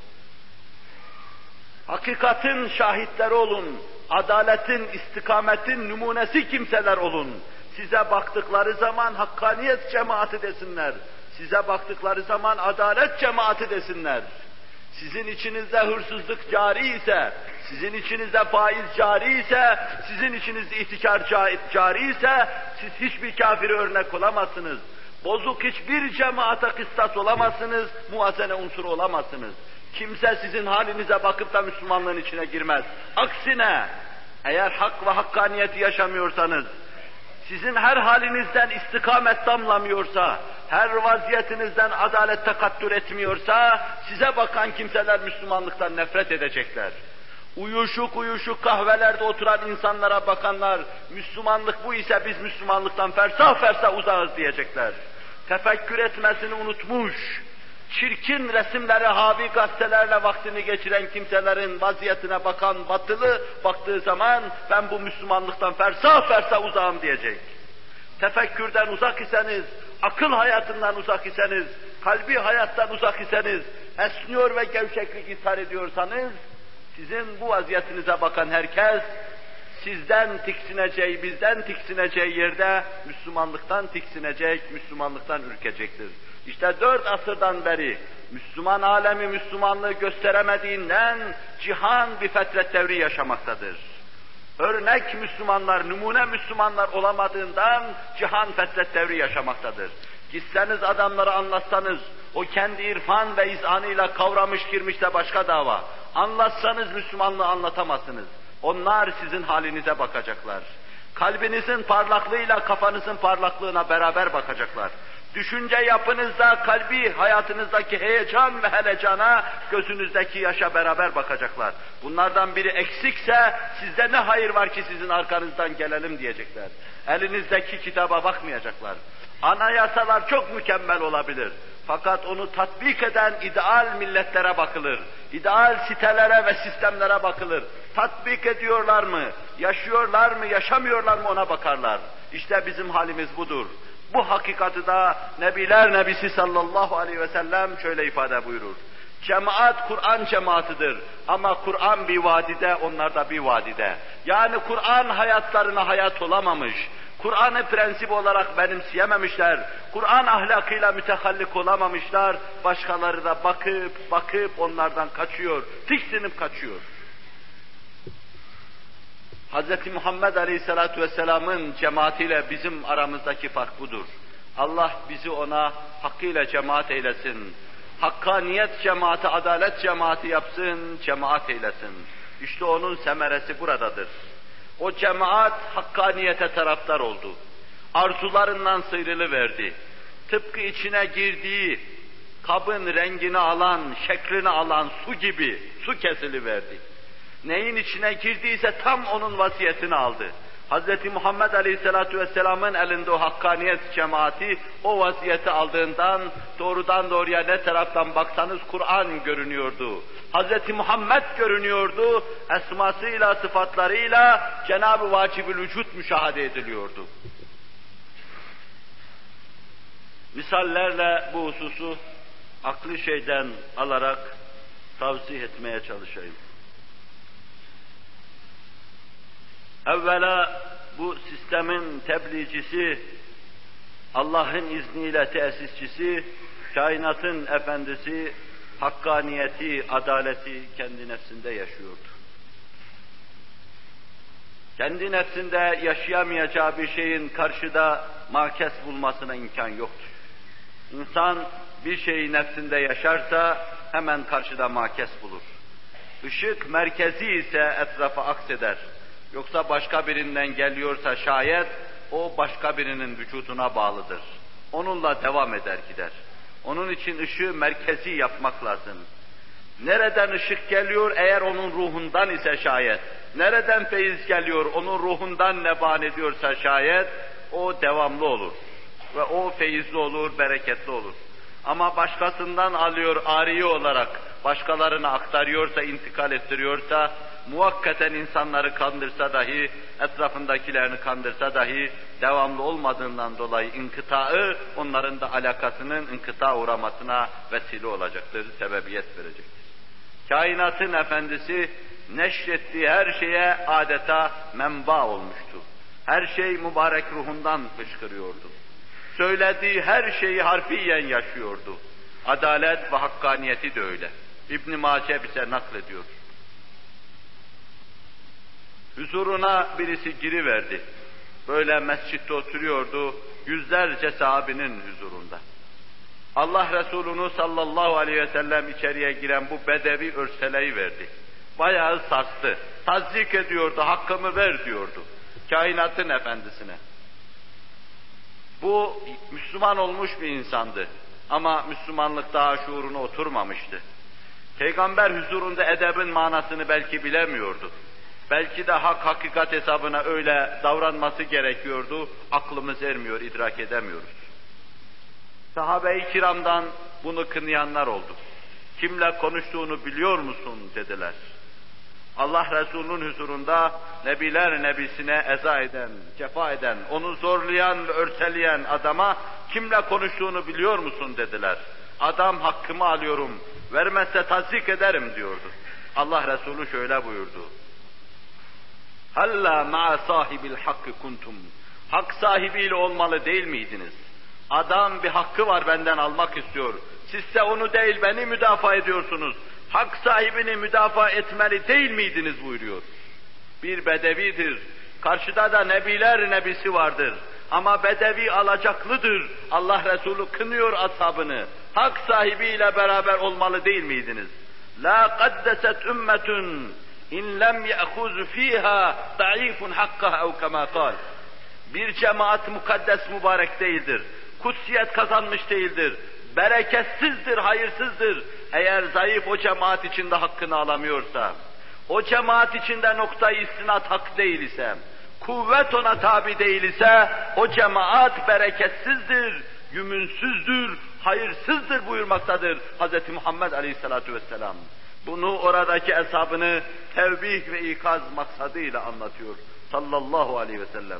Hakikatin şahitleri olun, adaletin, istikametin numunesi kimseler olun. Size baktıkları zaman hakkaniyet cemaati desinler. Size baktıkları zaman adalet cemaati desinler. Sizin içinizde hırsızlık cari ise, sizin içinizde faiz cari ise, sizin içinizde ihtikar cari ise, siz hiçbir kafiri örnek olamazsınız. Bozuk hiçbir cemaate kıstas olamazsınız, muazene unsuru olamazsınız. Kimse sizin halinize bakıp da Müslümanlığın içine girmez. Aksine, eğer hak ve hakkaniyeti yaşamıyorsanız, sizin her halinizden istikamet damlamıyorsa, her vaziyetinizden adalet takattür etmiyorsa, size bakan kimseler Müslümanlıktan nefret edecekler. Uyuşuk uyuşuk kahvelerde oturan insanlara bakanlar, Müslümanlık bu ise biz Müslümanlıktan fersah fersah uzağız diyecekler. Tefekkür etmesini unutmuş, çirkin resimlere havi gazetelerle vaktini geçiren kimselerin vaziyetine bakan batılı baktığı zaman ben bu Müslümanlıktan fersah fersah uzağım diyecek. Tefekkürden uzak iseniz, akıl hayatından uzak iseniz, kalbi hayattan uzak iseniz, esniyor ve gevşeklik ishar ediyorsanız, sizin bu vaziyetinize bakan herkes, sizden tiksineceği, bizden tiksineceği yerde Müslümanlıktan tiksinecek, Müslümanlıktan ürkecektir. İşte 4 asırdan beri Müslüman alemi Müslümanlığı gösteremediğinden cihan bir fetret devri yaşamaktadır. Örnek Müslümanlar, numune Müslümanlar olamadığından cihan fetret devri yaşamaktadır. Gitseniz adamlara anlatsanız, o kendi irfan ve izanıyla kavramış girmiş de başka dava. Anlatsanız Müslümanlığı anlatamazsınız. Onlar sizin halinize bakacaklar. Kalbinizin parlaklığıyla kafanızın parlaklığına beraber bakacaklar. Düşünce yapınızda, kalbi, hayatınızdaki heyecan ve helecana, gözünüzdeki yaşa beraber bakacaklar. Bunlardan biri eksikse, sizde ne hayır var ki sizin arkanızdan gelelim diyecekler. Elinizdeki kitaba bakmayacaklar. Anayasalar çok mükemmel olabilir. Fakat onu tatbik eden ideal milletlere bakılır. İdeal sitelere ve sistemlere bakılır. Tatbik ediyorlar mı, yaşıyorlar mı, yaşamıyorlar mı ona bakarlar. İşte bizim halimiz budur. Bu hakikati da Nebiler Nebisi sallallahu aleyhi ve sellem şöyle ifade buyurur. Cemaat Kur'an cemaatidir ama Kur'an bir vadide, onlar da bir vadide. Yani Kur'an hayatlarına hayat olamamış. Kur'an'ı prensip olarak benimseyememişler. Kur'an ahlakıyla mütehallik olamamışlar. Başkaları da bakıp onlardan kaçıyor, tiksinip kaçıyor. Hz. Muhammed Aleyhisselatü Vesselam'ın cemaatiyle bizim aramızdaki fark budur. Allah bizi ona hakkıyla cemaat eylesin. Hakkaniyet cemaati, adalet cemaati yapsın, cemaat eylesin. İşte onun semeresi buradadır. O cemaat hakkaniyete taraftar oldu. Arzularından sıyrılıverdi. tıpkı içine girdiği kabın rengini alan, şeklini alan su gibi su kesiliverdi. Neyin içine girdiyse tam onun vasiyetini aldı. Hz. Muhammed Aleyhisselatü Vesselam'ın elinde o hakkaniyet cemaati o vaziyeti aldığından doğrudan doğruya ne taraftan baksanız Kur'an görünüyordu. Hz. Muhammed görünüyordu, esmasıyla, sıfatlarıyla Cenab-ı Vacib-ül Vücud müşahede ediliyordu. Misallerle bu hususu aklı şeyden alarak tavzih etmeye çalışayım. Evvela bu sistemin tebliğcisi, Allah'ın izniyle tesisçisi, kainatın efendisi, hakkaniyeti, adaleti kendi nefsinde yaşıyordu. Kendi nefsinde yaşayamayacağı bir şeyin karşıda makes bulmasına imkan yoktur. İnsan bir şeyi nefsinde yaşarsa hemen karşıda makes bulur. Işık merkezi ise etrafa akseder. Yoksa başka birinden geliyorsa şayet o başka birinin vücuduna bağlıdır. Onunla devam eder gider. Onun için ışığı merkezi yapmak lazım. Nereden ışık geliyor eğer onun ruhundan ise şayet, nereden feyiz geliyor onun ruhundan neban ediyorsa şayet o devamlı olur. Ve o feyizli olur, bereketli olur. Ama başkasından alıyor ariye olarak, başkalarına aktarıyorsa, intikal ettiriyorsa, muvakkaten insanları kandırsa dahi, etrafındakilerini kandırsa dahi, devamlı olmadığından dolayı inkıtaı, onların da alakasının inkıta uğramasına vesile olacaktır, sebebiyet verecektir. Kainatın efendisi, neşrettiği her şeye adeta menba olmuştu. Her şey mübarek ruhundan fışkırıyordu. Söylediği her şeyi harfiyen yaşıyordu. Adalet ve hakkaniyeti de öyle. İbn-i Mace bize naklediyor. Huzuruna birisi giriverdi. Böyle mescitte oturuyordu, yüzlerce sahabinin huzurunda. Allah Resulü'nü sallallahu aleyhi ve sellem içeriye giren bu bedevi örseleyiverdi. Bayağı sarstı. Tazdik ediyordu, hakkımı ver diyordu. Kainatın efendisine. Bu Müslüman olmuş bir insandı. Ama Müslümanlık daha şuuruna oturmamıştı. Peygamber huzurunda edebin manasını belki bilemiyordu. Belki de hak hakikat hesabına öyle davranması gerekiyordu. Aklımız ermiyor, idrak edemiyoruz. Sahabe-i kiramdan bunu kınayanlar oldu. Kimle konuştuğunu biliyor musun dediler. Allah Resulü'nün huzurunda nebiler nebisine eza eden, cefa eden, onu zorlayan ve örseleyen adama kimle konuştuğunu biliyor musun dediler. Adam hakkımı alıyorum, vermezse tasdik ederim diyordu. Allah Resulü şöyle buyurdu. Halla ma'a sahibil hakkı kuntum. Hak sahibiyle olmalı değil miydiniz? Adam bir hakkı var benden almak istiyor. Sizse onu değil beni müdafaa ediyorsunuz. Hak sahibini müdafaa etmeli değil miydiniz buyuruyor. Bir bedevidir. Karşıda da nebiler nebisi vardır. Ama bedevi alacaklıdır. Allah Resulü kınıyor ashabını. Hak sahibiyle beraber olmalı değil miydiniz? La qaddeset ümmetun in lem ye'khuz fiha da'ifun hakkaha ev kema kal. Bir cemaat mukaddes mübarek değildir. Kutsiyet kazanmış değildir. Bereketsizdir, hayırsızdır. Eğer zayıf o cemaat içinde hakkını alamıyorsa, o cemaat içinde noktayı istinat hak değil ise, kuvvet ona tabi değil ise, o cemaat bereketsizdir, yümünsüzdür, hayırsızdır buyurmaktadır Hz. Muhammed Aleyhisselatü Vesselam. Bunu oradaki eshabını tevbih ve ikaz maksadıyla anlatıyor sallallahu aleyhi ve sellem.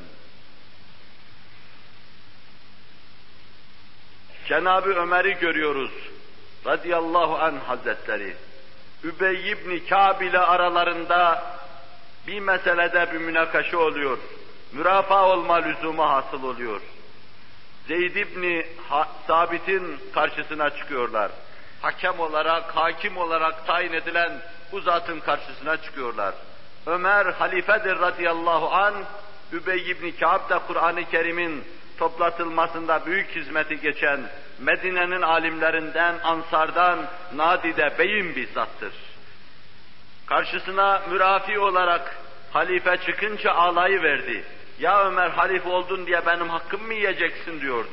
Cenab-ı Ömer'i görüyoruz radıyallahu anh hazretleri. Übey ibn Kâb ile aralarında bir meselede bir münakaşa oluyor. Mürafaa olma lüzumu hasıl oluyor. Zeyd ibn Sabit'in karşısına çıkıyorlar. Hakem olarak, hakim olarak tayin edilen bu zatın karşısına çıkıyorlar. Ömer halifedir radıyallahu anh. Übey ibn Kâb da Kur'an-ı Kerim'in toplatılmasında büyük hizmeti geçen Medine'nin alimlerinden, Ansar'dan nadide beyin bir zattır. Karşısına mürafi olarak halife çıkınca ağlayıverdi. Ya Ömer halife oldun diye benim hakkımı mı yiyeceksin diyordu.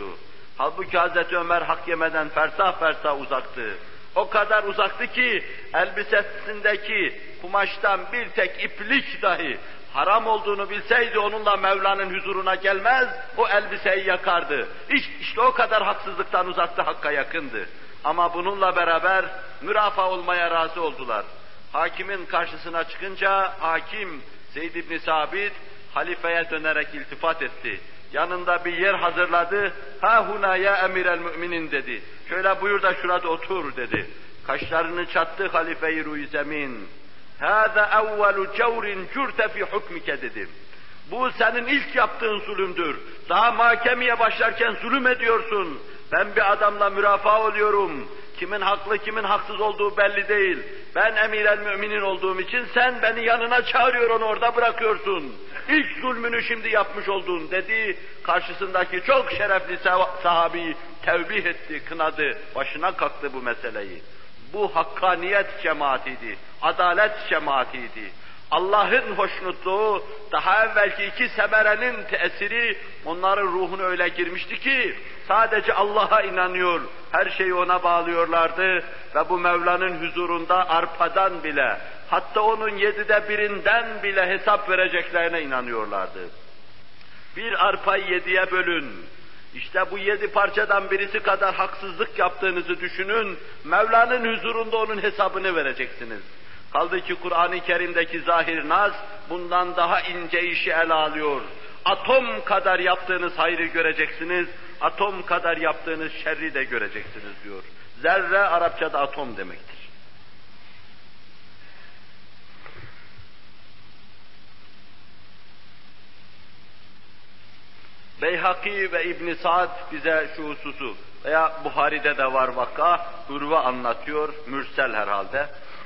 Halbuki Hazreti Ömer hak yemeden fersah fersah uzaktı. O kadar uzaktı ki elbisesindeki kumaştan bir tek iplik dahi haram olduğunu bilseydi onunla Mevla'nın huzuruna gelmez, o elbiseyi yakardı. İşte o kadar haksızlıktan uzaktı, hakka yakındı. Ama bununla beraber mürafa olmaya razı oldular. Hakimin karşısına çıkınca hakim Zeyd ibn Sabit halifeye dönerek iltifat etti. Yanında bir yer hazırladı. Ha huna ya emirel müminin dedi. Şöyle buyur da şurada otur dedi. Kaşlarını çattı halife-i Ruizemin. Hâzâ evvelu cevrin cürte fi hukmike dedim. Bu senin ilk yaptığın zulümdür. Daha mahkemeye başlarken zulüm ediyorsun. Ben bir adamla mürafaa oluyorum. Kimin haklı kimin haksız olduğu belli değil. Ben emir-el müminin olduğum için sen beni yanına çağırıyor, onu orada bırakıyorsun. İlk zulmünü şimdi yapmış oldun dedi. Karşısındaki çok şerefli sahabeyi tevbih etti, kınadı. Başına kalktı bu meseleyi. Bu hakkaniyet cemaatiydi, adalet cemaatiydi. Allah'ın hoşnutluğu, daha evvelki iki semerenin tesiri onların ruhuna öyle girmişti ki sadece Allah'a inanıyor, her şeyi ona bağlıyorlardı ve bu Mevla'nın huzurunda arpadan bile, hatta onun 1/7'den bile hesap vereceklerine inanıyorlardı. Bir arpayı 7'ye bölün. İşte bu 7 parçadan birisi kadar haksızlık yaptığınızı düşünün, Mevla'nın huzurunda onun hesabını vereceksiniz. Kaldı ki Kur'an-ı Kerim'deki zahir naz bundan daha ince işi ele alıyor. Atom kadar yaptığınız hayrı göreceksiniz, atom kadar yaptığınız şerri de göreceksiniz diyor. Zerre Arapçada atom demektir. Beyhaki ve İbn Sa'd bize şu hususu veya Buhari'de de var vaka, Urve anlatıyor, mürsel herhalde.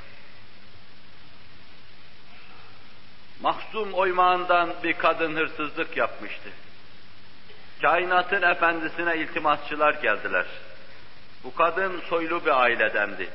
Mahzum oymağından bir kadın hırsızlık yapmıştı. Kainatın efendisine iltimasçılar geldiler. Bu kadın soylu bir ailedendi.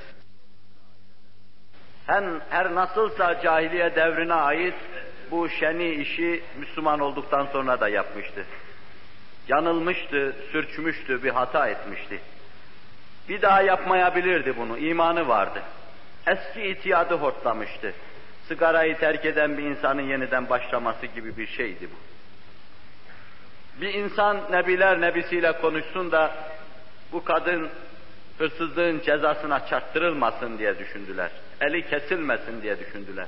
Her nasılsa cahiliye devrine ait bu şeni işi Müslüman olduktan sonra da yapmıştı. Yanılmıştı, sürçmüştü, bir hata etmişti. Bir daha yapmayabilirdi bunu, imanı vardı. Eski itiyadı hortlamıştı. Sigarayı terk eden bir insanın yeniden başlaması gibi bir şeydi bu. Bir insan nebiler nebisiyle konuşsun da bu kadın hırsızlığın cezasına çarptırılmasın diye düşündüler. Eli kesilmesin diye düşündüler.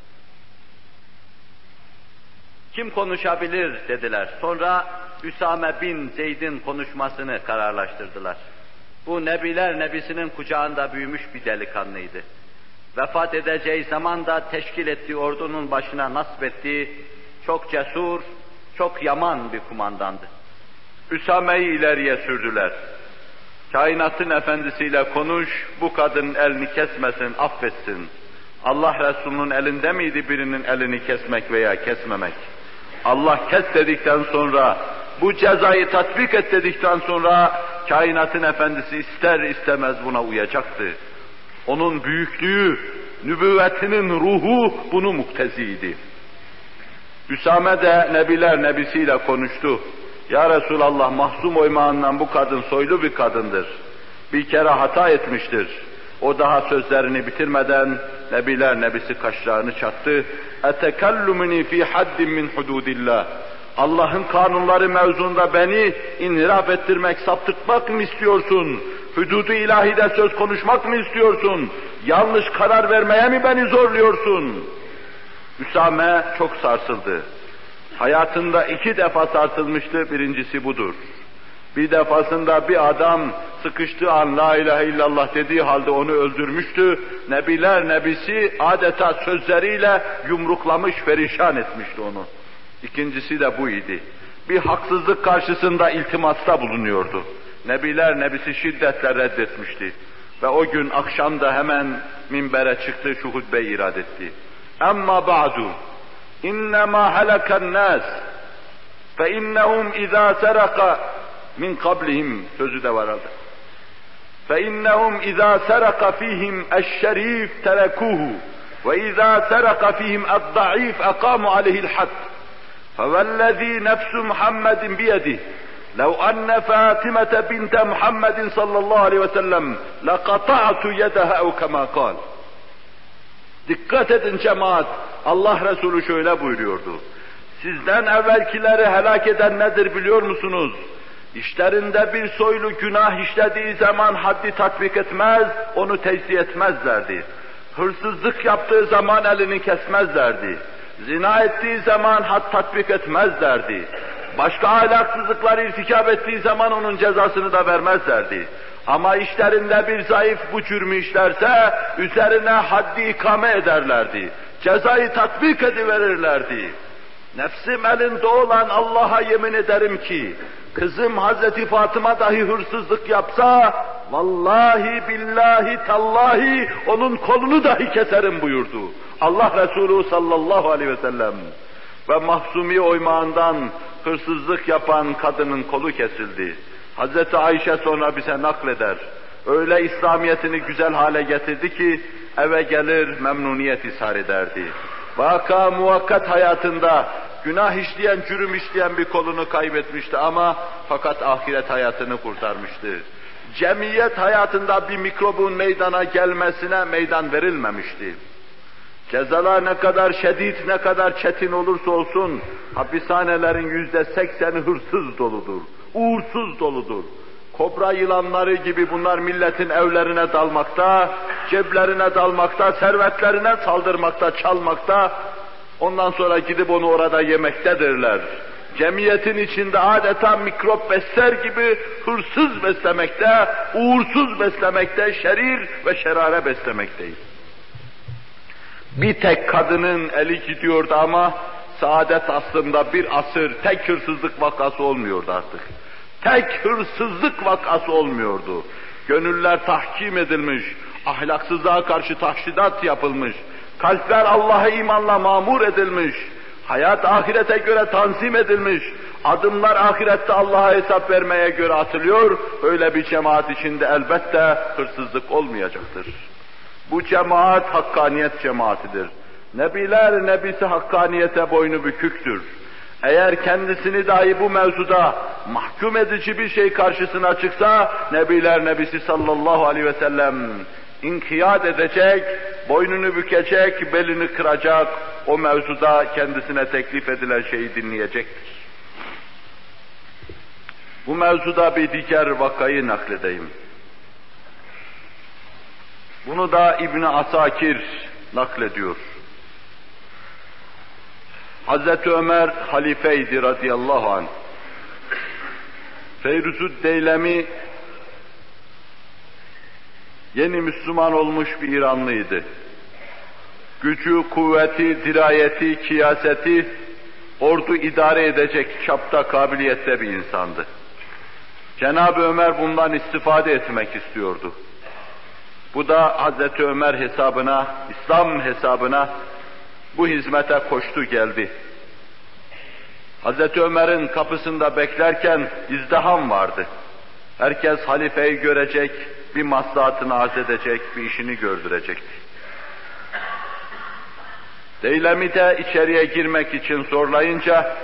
Kim konuşabilir dediler. Sonra Üsame bin Zeyd'in konuşmasını kararlaştırdılar. Bu nebiler nebisinin kucağında büyümüş bir delikanlıydı. Vefat edeceği zaman da teşkil ettiği ordunun başına nasip ettiği çok cesur, çok yaman bir kumandandı. Üsame'yi ileriye sürdüler. Kainatın efendisiyle konuş, bu kadının elini kesmesin, affetsin. Allah Resulü'nün elinde miydi birinin elini kesmek veya kesmemek? Allah kes dedikten sonra, bu cezayı tatbik et dedikten sonra, kainatın efendisi ister istemez buna uyacaktı. Onun büyüklüğü, nübüvvetinin ruhu bunu mukteziydi. Üsame de nebiler nebisiyle konuştu. Ya Resulallah, mahzum oymağından bu kadın soylu bir kadındır. Bir kere hata etmiştir. O daha sözlerini bitirmeden nebiler nebisi kaşlarını çattı. اَتَكَلُّمُنِي ف۪ي حَدٍّ مِّنْ حُدُودِ اللّٰهِ Allah'ın kanunları mevzunda beni inhiraf ettirmek, saptırmak mı istiyorsun? Hüdud-u ilahide söz konuşmak mı istiyorsun? Yanlış karar vermeye mi beni zorluyorsun? Üsame çok sarsıldı. Hayatında 2 defa sarsılmıştı, birincisi budur. Bir defasında bir adam sıkıştığı an la ilahe illallah dediği halde onu öldürmüştü. Nebiler nebisi adeta sözleriyle yumruklamış, perişan etmişti onu. İkincisi de bu idi. Bir haksızlık karşısında iltimasta bulunuyordu. Nebiler nebisi şiddetle reddetmişti. Ve o gün akşam da hemen minbere çıktı, şu hutbeyi irad etti. Amma ba'du, innema halakan nas, fe innehum izâ seraka min kablihim, sözü de var orada. Fe innehum izâ seraka fihim eşşerîf terekûhu, ve izâ seraka fihim edda'îf ekâmu aleyhil hadd. فَوَالَّذ۪ي نَفْسُ مُحَمَّدٍ بِيَدِهِ لَوْ أَنَّ فَاتِمَةَ بِنْتَ مُحَمَّدٍ sallallahu aleyhi ve sellem لَقَطَعْتُ يَدَهَا اَوْ كَمَا قَالَ. Dikkat edin cemaat, Allah Resulü şöyle buyuruyordu. Sizden evvelkileri helak eden nedir biliyor musunuz? İşlerinde bir soylu günah işlediği zaman haddi tatbik etmez, onu tecziye etmezlerdi. Hırsızlık yaptığı zaman elini kesmezlerdi. Zina ettiği zaman had tatbik etmezlerdi. Başka ahlaksızlıklar irtikap ettiği zaman onun cezasını da vermezlerdi. Ama işlerinde bir zayıf bu cürmü işlerse, üzerine haddi ikame ederlerdi. Cezayı tatbik ediverirlerdi. Nefsim elinde olan Allah'a yemin ederim ki, kızım Hazreti Fatıma dahi hırsızlık yapsa, vallahi billahi tallahi onun kolunu dahi keserim buyurdu. Allah Resulü sallallahu aleyhi ve sellem. Ve Mahsumi oymağından hırsızlık yapan kadının kolu kesildi. Hazreti Ayşe sonra bize nakleder. Öyle İslamiyetini güzel hale getirdi ki eve gelir memnuniyet ishar ederdi. Vaka muvakkat hayatında günah işleyen, cürüm işleyen bir kolunu kaybetmişti ama fakat ahiret hayatını kurtarmıştı. Cemiyet hayatında bir mikrobun meydana gelmesine meydan verilmemişti. Cezalar ne kadar şiddet, ne kadar çetin olursa olsun, hapishanelerin %80'i hırsız doludur, uğursuz doludur. Kobra yılanları gibi bunlar milletin evlerine dalmakta, ceplerine dalmakta, servetlerine saldırmakta, çalmakta, ondan sonra gidip onu orada yemektedirler. Cemiyetin içinde adeta mikrop besler gibi hırsız beslemekte, uğursuz beslemekte, şerir ve şerare beslemekteyiz. Bir tek kadının eli gidiyordu ama saadet aslında bir asır tek hırsızlık vakası olmuyordu artık. Tek hırsızlık vakası olmuyordu. Gönüller tahkim edilmiş, ahlaksızlığa karşı tahşidat yapılmış, kalpler Allah'a imanla mamur edilmiş, hayat ahirete göre tanzim edilmiş, adımlar ahirette Allah'a hesap vermeye göre atılıyor, öyle bir cemaat içinde elbette hırsızlık olmayacaktır. Bu cemaat hakkaniyet cemaatidir. Nebiler nebisi hakkaniyete boynu büküktür. Eğer kendisini dahi bu mevzuda mahkum edici bir şey karşısına çıksa, Nebiler nebisi sallallahu aleyhi ve sellem inkiyat edecek, boynunu bükecek, belini kıracak, o mevzuda kendisine teklif edilen şeyi dinleyecektir. Bu mevzuda bir diğer vakayı nakledeyim. Bunu da İbn-i Asakir naklediyor. Hazreti Ömer halifeydi radıyallahu anh. Feyruzü'd-Deylemi yeni Müslüman olmuş bir İranlıydı. Gücü, kuvveti, dirayeti, kıyaseti, ordu idare edecek çapta, kabiliyette bir insandı. Cenab-ı Ömer bundan istifade etmek istiyordu. Bu da Hazreti Ömer hesabına, İslam hesabına bu hizmete koştu geldi. Hazreti Ömer'in kapısında beklerken izdiham vardı. Herkes halifeyi görecek, bir maslahatını arz edecek, bir işini gördürecekti. Deylemi de içeriye girmek için zorlayınca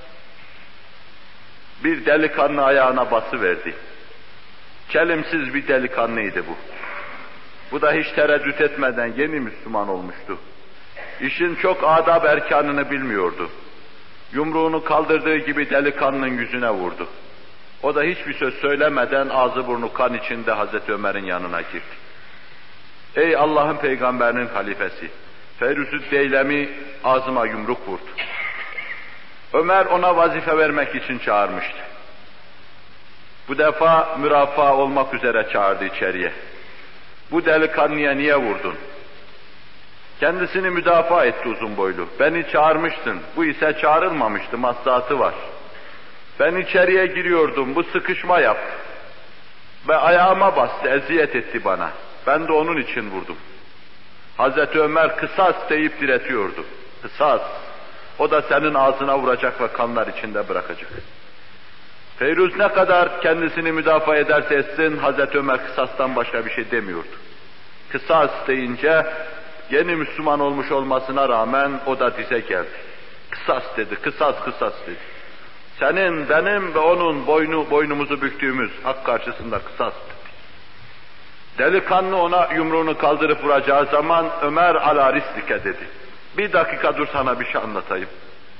bir delikanlı ayağına basıverdi. Çelimsiz bir delikanlıydı bu. Bu da hiç tereddüt etmeden yeni Müslüman olmuştu. İşin çok adab erkanını bilmiyordu. Yumruğunu kaldırdığı gibi delikanlının yüzüne vurdu. O da hiçbir söz söylemeden ağzı burnu kan içinde Hazreti Ömer'in yanına girdi. Ey Allah'ın peygamberinin halifesi! Feyruzü'd-Deylemi ağzıma yumruk vurdu. Ömer ona vazife vermek için çağırmıştı. Bu defa mürafaa olmak üzere çağırdı içeriye. Bu delikanlıya niye vurdun? Kendisini müdafaa etti uzun boylu. Beni çağırmıştın, bu ise çağrılmamıştı, maslahatı var. Ben içeriye giriyordum, bu sıkışma yaptı. Ve ayağıma bastı, eziyet etti bana. Ben de onun için vurdum. Hazreti Ömer kısas deyip diretiyordu. Kısas. O da senin ağzına vuracak ve kanlar içinde bırakacak. Feyruz ne kadar kendisini müdafaa ederse etsin, Hazreti Ömer kısastan başka bir şey demiyordu. Kısas deyince, yeni Müslüman olmuş olmasına rağmen o da dize geldi. Kısas dedi, kısas dedi. Senin, benim ve onun boynumuzu büktüğümüz hak karşısında kısas dedi. Delikanlı ona yumruğunu kaldırıp vuracağı zaman Ömer ala rislike dedi. Bir dakika dur, sana bir şey anlatayım.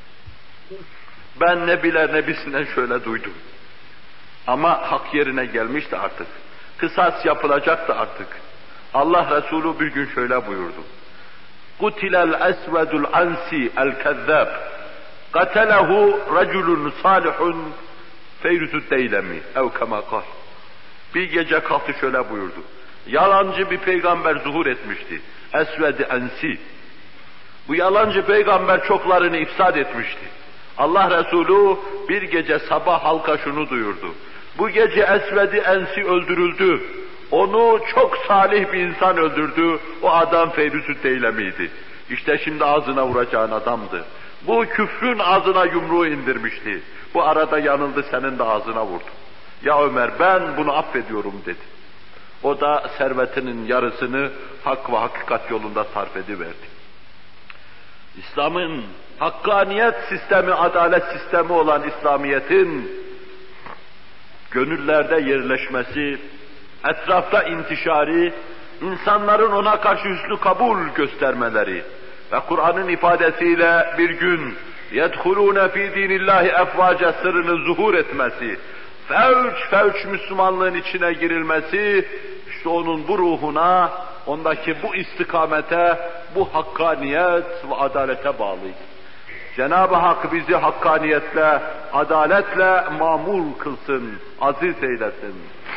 Ben ne biler ne bilsinden şöyle duydum. Ama hak yerine gelmişti artık. Kısas yapılacaktı artık. Allah Resulü bir gün şöyle buyurdu. Kutilel esvedul ansi el kezzab. Katelehu raculun salihun feyrüzü deylemi. Ev kema kal. Bir gece kalktı şöyle buyurdu. Yalancı bir peygamber zuhur etmişti. Esved-i ensi. Bu yalancı peygamber çoklarını ifsad etmişti. Allah Resulü bir gece sabah halka şunu duyurdu. Bu gece Esved-i ensi öldürüldü. Onu çok salih bir insan öldürdü. O adam Feyrüz-ü Deylemiydi. İşte şimdi ağzına vuracağın adamdı. Bu küfrün ağzına yumruğu indirmişti. Bu arada yanıldı, senin de ağzına vurdu. Ya Ömer, ben bunu affediyorum dedi. O da servetinin yarısını hak ve hakikat yolunda sarf ediverdi. İslam'ın hakkaniyet sistemi, adalet sistemi olan İslamiyet'in gönüllerde yerleşmesi, etrafta intişari, insanların ona karşı hüsnü kabul göstermeleri ve Kur'an'ın ifadesiyle bir gün يَدْخُلُونَ ف۪ي دِينِ اللّٰهِ اَفْوَاجَ sırrını zuhur etmesi, fevç Müslümanlığın içine girilmesi, işte onun bu ruhuna, ondaki bu istikamete, bu hakkaniyet ve adalete bağlıydı. Cenab-ı Hak bizi hakkaniyetle, adaletle mamul kılsın, aziz eylesin.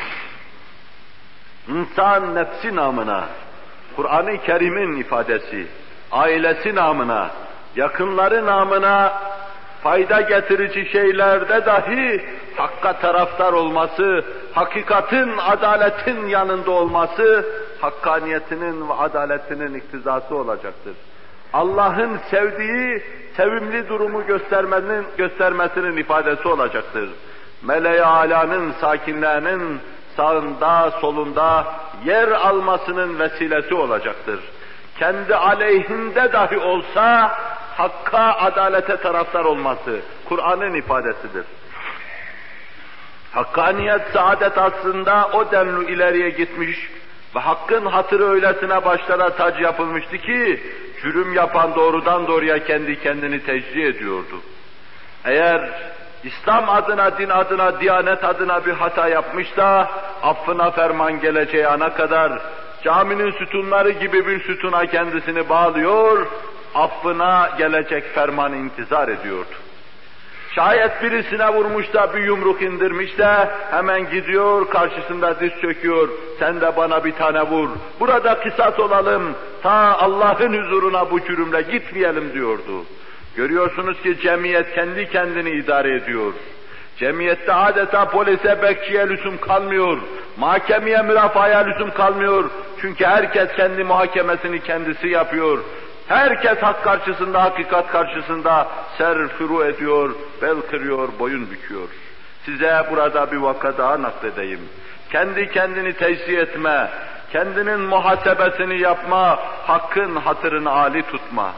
İnsan nefsi namına, Kur'an-ı Kerim'in ifadesi, ailesi namına, yakınları namına fayda getirici şeylerde dahi hakka taraftar olması, hakikatin, adaletin yanında olması, hakkaniyetinin ve adaletinin iktizası olacaktır. Allah'ın sevdiği, sevimli durumu göstermesinin ifadesi olacaktır. Mele-i Alâ'nın sakinlerinin sağında, solunda yer almasının vesilesi olacaktır. Kendi aleyhinde dahi olsa hakka, adalete taraftar olması Kur'an'ın ifadesidir. Hakkaniyet, saadet aslında o denli ileriye gitmiş ve hakkın hatırı öylesine başlara tac yapılmıştı ki cürüm yapan doğrudan doğruya kendi kendini tecri ediyordu. Eğer İslam adına, din adına, diyanet adına bir hata yapmışsa affına ferman geleceği ana kadar caminin sütunları gibi bir sütuna kendisini bağlıyor, affına gelecek fermanı intizar ediyordu. Şayet birisine vurmuş da bir yumruk indirmiş de hemen gidiyor, karşısında diz çöküyor, sen de bana bir tane vur, burada kısas olalım, ta Allah'ın huzuruna bu cürümle gitmeyelim diyordu. Görüyorsunuz ki cemiyet kendi kendini idare ediyor. Cemiyette adeta polise, bekçiye lüzum kalmıyor, mahkemeye, mürafaya lüzum kalmıyor. Çünkü herkes kendi muhakemesini kendisi yapıyor. Herkes hak karşısında, hakikat karşısında serfuru ediyor, bel kırıyor, boyun büküyor. Size burada bir vaka daha nakledeyim. Kendi kendini teczi etme, kendinin muhasebesini yapma, hakkın hatırını âli tutma.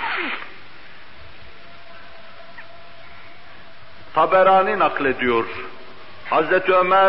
Taberani naklediyor. Hazreti Ömer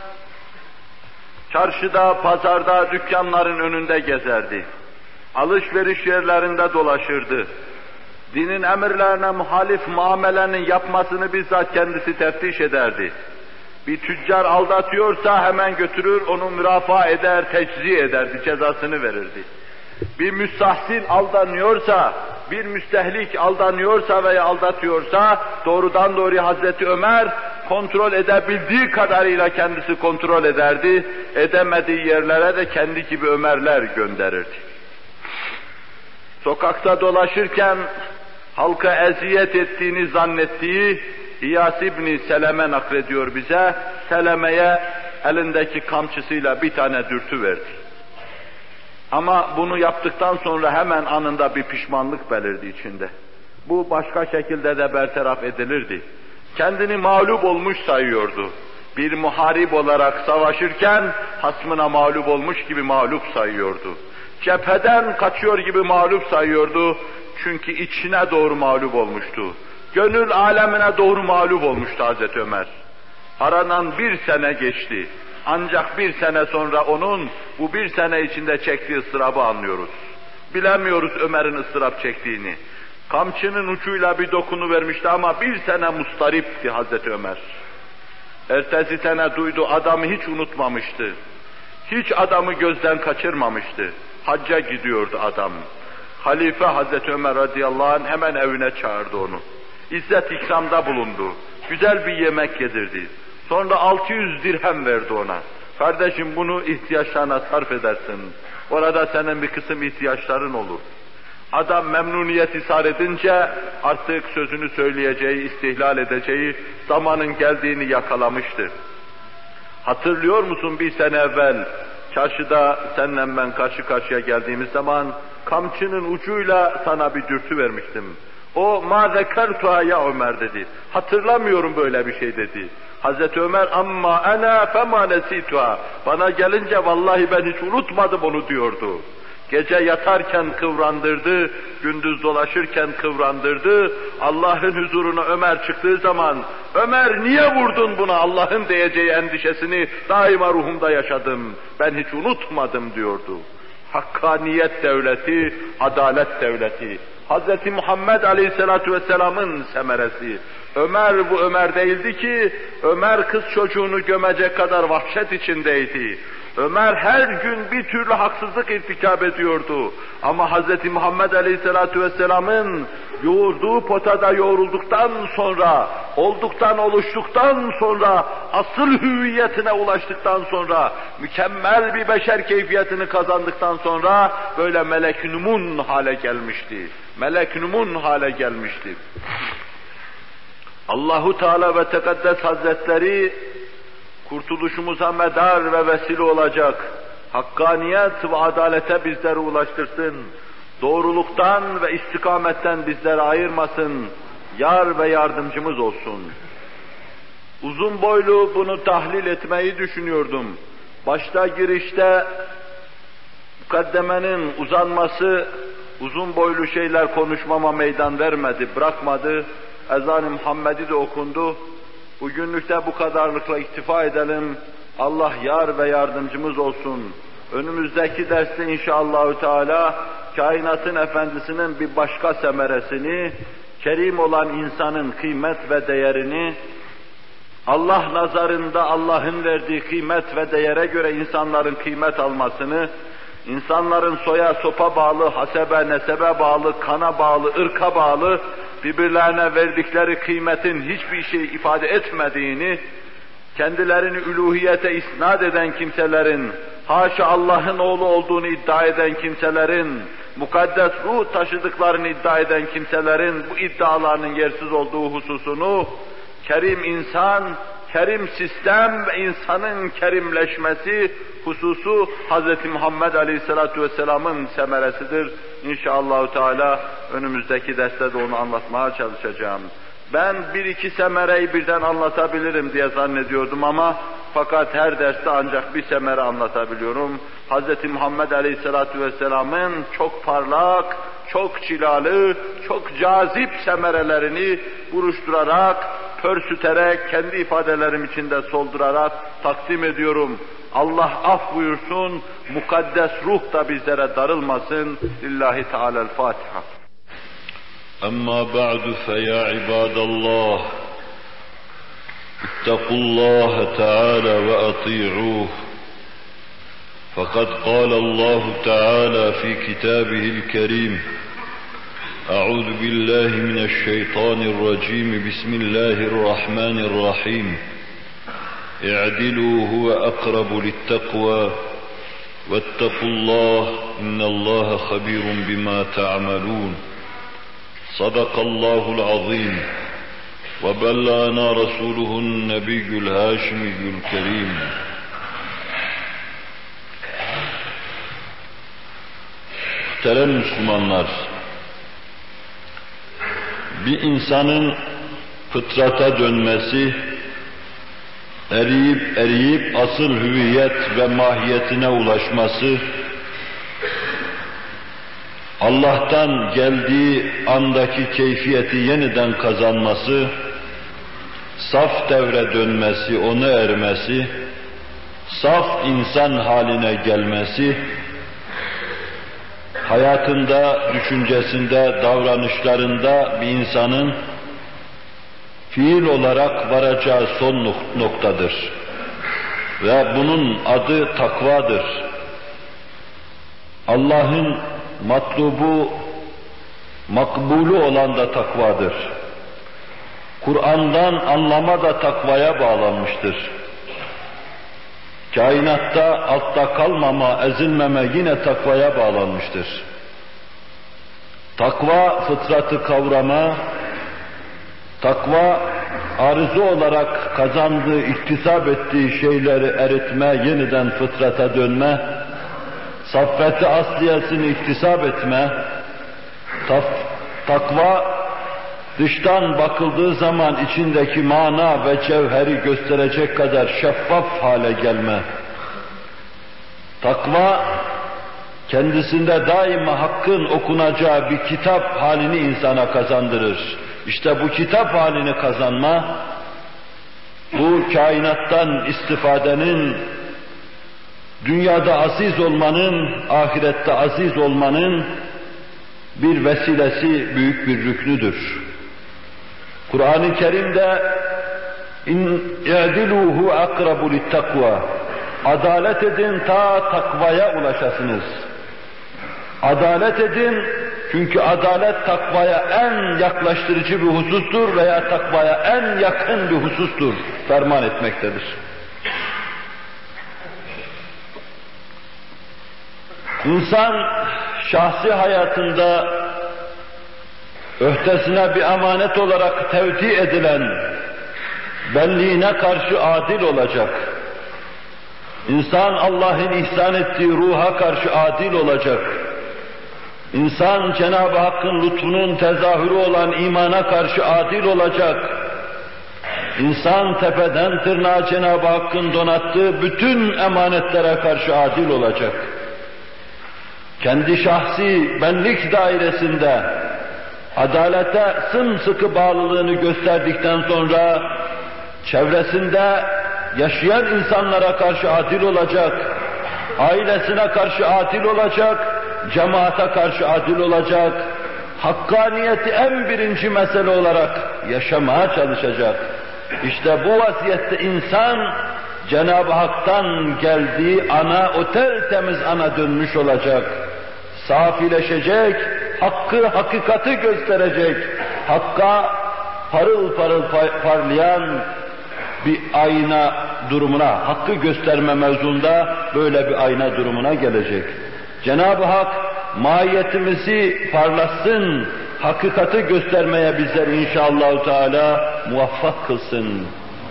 çarşıda, pazarda, dükkanların önünde gezerdi. Alışveriş yerlerinde dolaşırdı. Dinin emirlerine muhalif muamelenin yapmasını bizzat kendisi teftiş ederdi. Bir tüccar aldatıyorsa hemen götürür, onu mürafaa eder, teczi ederdi, cezasını verirdi. Bir müstahsil aldanıyorsa, bir müstehlik aldanıyorsa veya aldatıyorsa doğrudan doğruya Hazreti Ömer kontrol edebildiği kadarıyla kendisi kontrol ederdi. Edemediği yerlere de kendi gibi Ömerler gönderirdi. Sokakta dolaşırken halka eziyet ettiğini zannettiği İyas İbni Seleme naklediyor bize. Seleme'ye elindeki kamçısıyla bir tane dürtü verdi. Ama bunu yaptıktan sonra hemen anında bir pişmanlık belirdi içinde. Bu başka şekilde de bertaraf edilirdi. Kendini mağlup olmuş sayıyordu. Bir muharip olarak savaşırken hasmına mağlup olmuş gibi mağlup sayıyordu. Cepheden kaçıyor gibi mağlup sayıyordu. Çünkü içine doğru mağlup olmuştu. Gönül alemine doğru mağlup olmuştu Hazreti Ömer. Aradan 1 sene geçti. Ancak 1 sene sonra onun bu 1 sene içinde çektiği ıstırabı anlıyoruz. Bilemiyoruz Ömer'in ıstırap çektiğini. Kamçının ucuyla bir dokunuvermişti ama 1 sene mustaripti Hazreti Ömer. Ertesi sene duydu, adamı hiç unutmamıştı. Hiç adamı gözden kaçırmamıştı. Hacca gidiyordu adam. Halife Hazreti Ömer radıyallahu anh hemen evine çağırdı onu. İzzet ikramda bulundu. Güzel bir yemek yedirdi. Sonra 600 dirhem verdi ona. Kardeşim bunu ihtiyaçlarına sarf edersin. Orada senin bir kısım ihtiyaçların olur. Adam memnuniyet ishar edince artık sözünü söyleyeceği, istihlal edeceği zamanın geldiğini yakalamıştı. Hatırlıyor musun 1 sene evvel çarşıda seninle ben karşı karşıya geldiğimiz zaman kamçının ucuyla sana bir dürtü vermiştim. O ma zekertuha ya Ömer dedi. Hatırlamıyorum böyle bir şey dedi. Hazreti Ömer amma ana fema nesituha. Bana gelince vallahi ben hiç unutmadım onu diyordu. Gece yatarken kıvrandırdı, gündüz dolaşırken kıvrandırdı. Allah'ın huzuruna Ömer çıktığı zaman, Ömer niye vurdun buna Allah'ın diyeceği endişesini daima ruhumda yaşadım. Ben hiç unutmadım diyordu. Hakkaniyet devleti, adalet devleti. Hz. Muhammed Aleyhisselatü Vesselam'ın semeresi. Ömer bu Ömer değildi ki, Ömer kız çocuğunu gömecek kadar vahşet içindeydi. Ömer her gün bir türlü haksızlık irtikab ediyordu. Ama Hz. Muhammed Aleyhisselatü Vesselam'ın yoğurduğu potada yoğrulduktan sonra, olduktan oluştuktan sonra, asıl hüviyetine ulaştıktan sonra, mükemmel bir beşer keyfiyetini kazandıktan sonra böyle melek-i numun hale gelmişti. Melek-i numun hale gelmişti. Allahu Teala ve Tekaddes Hazretleri kurtuluşumuza medar ve vesile olacak hakkaniyet ve adalete bizleri ulaştırsın. Doğruluktan ve istikametten bizleri ayırmasın. Yar ve yardımcımız olsun. Uzun boylu bunu tahlil etmeyi düşünüyordum. Başta girişte mukaddemenin uzanması uzun boylu şeyler konuşmama meydan vermedi, bırakmadı. Ezan-ı Muhammed'i de okundu. Bugünlükte bu kadarlıkla iktifa edelim. Allah yar ve yardımcımız olsun. Önümüzdeki derste inşallahü teala kainatın efendisinin bir başka semeresini, kerim olan insanın kıymet ve değerini, Allah nazarında Allah'ın verdiği kıymet ve değere göre insanların kıymet almasını, insanların soya sopa bağlı, hasebe nesebe bağlı, kana bağlı, ırka bağlı, birbirlerine verdikleri kıymetin hiçbir şey ifade etmediğini, kendilerini üluhiyete isnat eden kimselerin, haşa Allah'ın oğlu olduğunu iddia eden kimselerin, mukaddes ruh taşıdıklarını iddia eden kimselerin bu iddialarının yersiz olduğu hususunu, kerim insan, kerim sistem ve insanın kerimleşmesi hususu Hz. Muhammed Aleyhisselatü Vesselam'ın semeresidir. İnşallahü Teala önümüzdeki derste de onu anlatmaya çalışacağım. Ben 1-2 semereyi birden anlatabilirim diye zannediyordum ama fakat her derste ancak bir semere anlatabiliyorum. Hz. Muhammed Aleyhisselatü Vesselam'ın çok parlak, çok cilalı, çok cazip semerelerini buruşturarak, pörsüterek, kendi ifadelerim içinde soldurarak takdim ediyorum. Allah af buyursun, mukaddes ruh da bizlere darılmasın. Lillahi Teala'l-Fatiha. أما بعد فيا عباد الله اتقوا الله تعالى وأطيعوه فقد قال الله تعالى في كتابه الكريم أعوذ بالله من الشيطان الرجيم بسم الله الرحمن الرحيم اعدلوا هو أقرب للتقوى واتقوا الله إن الله خبير بما تعملون صدق الله العظيم وبلغنا رسوله النبي الهاشمي الكريم. Muhterem Müslümanlar, bir insanın fıtrata dönmesi, eriyip asıl hüviyet ve mahiyetine ulaşması, Allah'tan geldiği andaki keyfiyeti yeniden kazanması, saf devre dönmesi, ona ermesi, saf insan haline gelmesi, hayatında, düşüncesinde, davranışlarında bir insanın fiil olarak varacağı son noktadır. Ve bunun adı takvadır. Allah'ın matlubu, makbulu olan da takvadır. Kur'an'dan anlama da takvaya bağlanmıştır. Kainatta altta kalmama, ezilmeme yine takvaya bağlanmıştır. Takva fıtratı kavrama, takva arzu olarak kazandığı, iktisap ettiği şeyleri eritme, yeniden fıtrata dönme, saffeti asliyesini iktisap etme, takva dıştan bakıldığı zaman içindeki mana ve cevheri gösterecek kadar şeffaf hale gelme. Takva, kendisinde daima hakkın okunacağı bir kitap halini insana kazandırır. İşte bu kitap halini kazanma, bu kainattan istifadenin, dünyada aziz olmanın, ahirette aziz olmanın bir vesilesi, büyük bir rüknüdür. Kur'an-ı Kerim'de "İ'diluhu akrabu littakva" adalet edin ta takvaya ulaşasınız. Adalet edin çünkü adalet takvaya en yaklaştırıcı bir husustur veya takvaya en yakın bir husustur ferman etmektedir. İnsan şahsi hayatında öhdesine bir emanet olarak tevdi edilen benliğine karşı adil olacak. İnsan Allah'ın ihsan ettiği ruha karşı adil olacak. İnsan Cenab-ı Hakk'ın lütfunun tezahürü olan imana karşı adil olacak. İnsan tepeden tırnağa Cenab-ı Hakk'ın donattığı bütün emanetlere karşı adil olacak. Kendi şahsi benlik dairesinde adalete sımsıkı bağlılığını gösterdikten sonra çevresinde yaşayan insanlara karşı adil olacak, ailesine karşı adil olacak, cemaate karşı adil olacak, hakkaniyeti en birinci mesele olarak yaşamaya çalışacak. İşte bu vaziyette insan Cenab-ı Hak'tan geldiği ana, o tertemiz ana dönmüş olacak. Safileşecek, hakkı, hakikati gösterecek, hakka parıl parıl parlayan bir ayna durumuna, hakkı gösterme mevzunda böyle bir ayna durumuna gelecek. Cenab-ı Hak mahiyetimizi parlatsın, hakikati göstermeye bizler inşallah Teala muvaffak kılsın.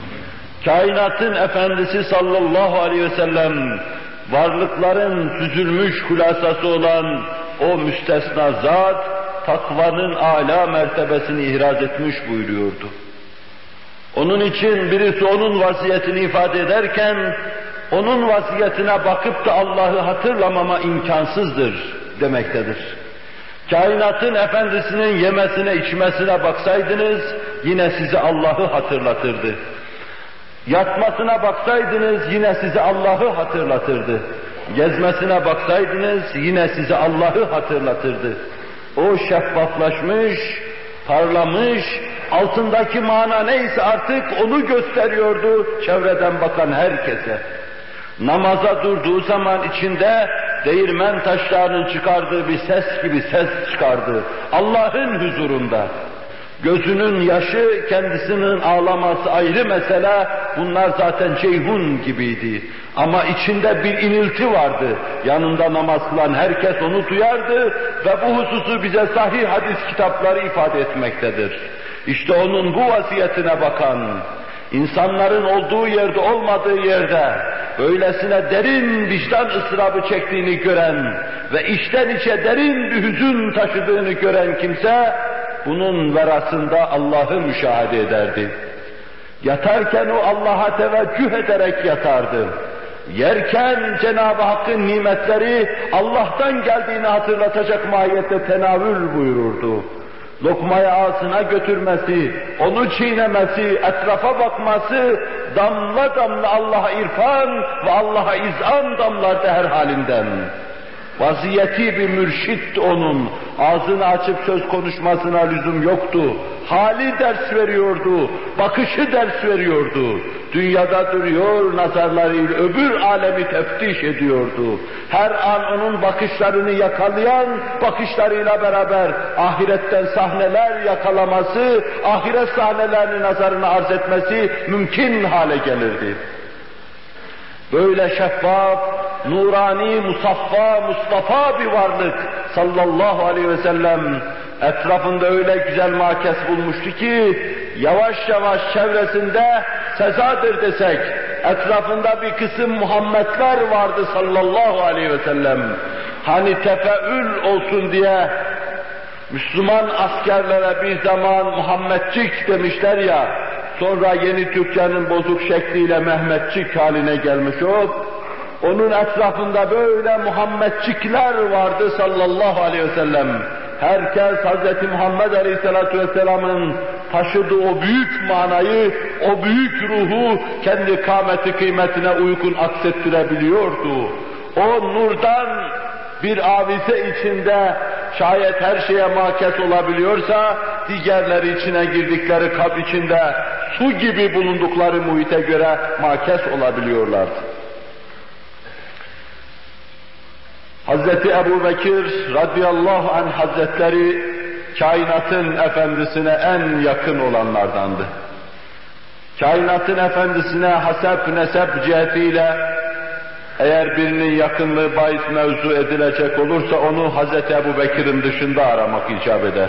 Kainatın efendisi sallallahu aleyhi ve sellem, varlıkların süzülmüş hulasası olan o müstesna zat, takvanın âlâ mertebesini ihraz etmiş buyuruyordu. Onun için birisi onun vaziyetini ifade ederken, onun vaziyetine bakıp da Allah'ı hatırlamama imkansızdır demektedir. Kainatın efendisinin yemesine, içmesine baksaydınız, yine size Allah'ı hatırlatırdı. Yatmasına baksaydınız, yine size Allah'ı hatırlatırdı. Gezmesine baksaydınız, yine size Allah'ı hatırlatırdı. O şeffaflaşmış, parlamış, altındaki mana neyse artık onu gösteriyordu çevreden bakan herkese. Namaza durduğu zaman içinde değirmen taşlarının çıkardığı bir ses gibi ses çıkardı. Allah'ın huzurunda. Gözünün yaşı, kendisinin ağlaması ayrı mesele, bunlar zaten ceyhun gibiydi. Ama içinde bir inilti vardı. Yanında namaz kılan herkes onu duyardı ve bu hususu bize sahih hadis kitapları ifade etmektedir. İşte onun bu vaziyetine bakan, insanların olduğu yerde olmadığı yerde, böylesine derin vicdan ıstırabı çektiğini gören ve içten içe derin bir hüzün taşıdığını gören kimse, bunun verasında Allah'ı müşahede ederdi. Yatarken o Allah'a teveccüh ederek yatardı. Yerken Cenab-ı Hakk'ın nimetleri Allah'tan geldiğini hatırlatacak mahiyette tenavül buyururdu. Lokmayı ağzına götürmesi, onu çiğnemesi, etrafa bakması, damla damla Allah'a irfan ve Allah'a izan damlardı her halinden. Vaziyeti bir mürşit onun, ağzını açıp söz konuşmasına lüzum yoktu. Hali ders veriyordu, bakışı ders veriyordu. Dünyada duruyor, nazarlarıyla öbür alemi teftiş ediyordu. Her an onun bakışlarını yakalayan, bakışlarıyla beraber ahiretten sahneler yakalaması, ahiret sahnelerini nazarına arz etmesi mümkün hale gelirdi. Böyle şeffaf, nurani, musaffa, Mustafa bir varlık sallallahu aleyhi ve sellem etrafında öyle güzel makes bulmuştu ki yavaş yavaş çevresinde sezadır desek etrafında bir kısım Muhammedler vardı sallallahu aleyhi ve sellem. Hani tefeül olsun diye Müslüman askerlere bir zaman Muhammedcik demişler ya, sonra yeni Türkçenin bozuk şekliyle Mehmetçik haline gelmiş o. Onun etrafında böyle Muhammedçikler vardı sallallahu aleyhi ve sellem. Herkes Hz. Muhammed Aleyhisselatü Vesselam'ın taşıdığı o büyük manayı, o büyük ruhu kendi kâmeti kıymetine uygun aksettirebiliyordu. O nurdan bir avize içinde şayet her şeye makes olabiliyorsa, diğerleri içine girdikleri kap içinde su gibi bulundukları muhite göre makes olabiliyorlardı. Hazreti Ebu Bekir radıyallahu anh hazretleri kainatın efendisine en yakın olanlardandı. Kainatın efendisine hasep nesep cihetiyle eğer birinin yakınlığı bahis mevzu edilecek olursa onu Hazreti Ebu Bekir'in dışında aramak icap eder.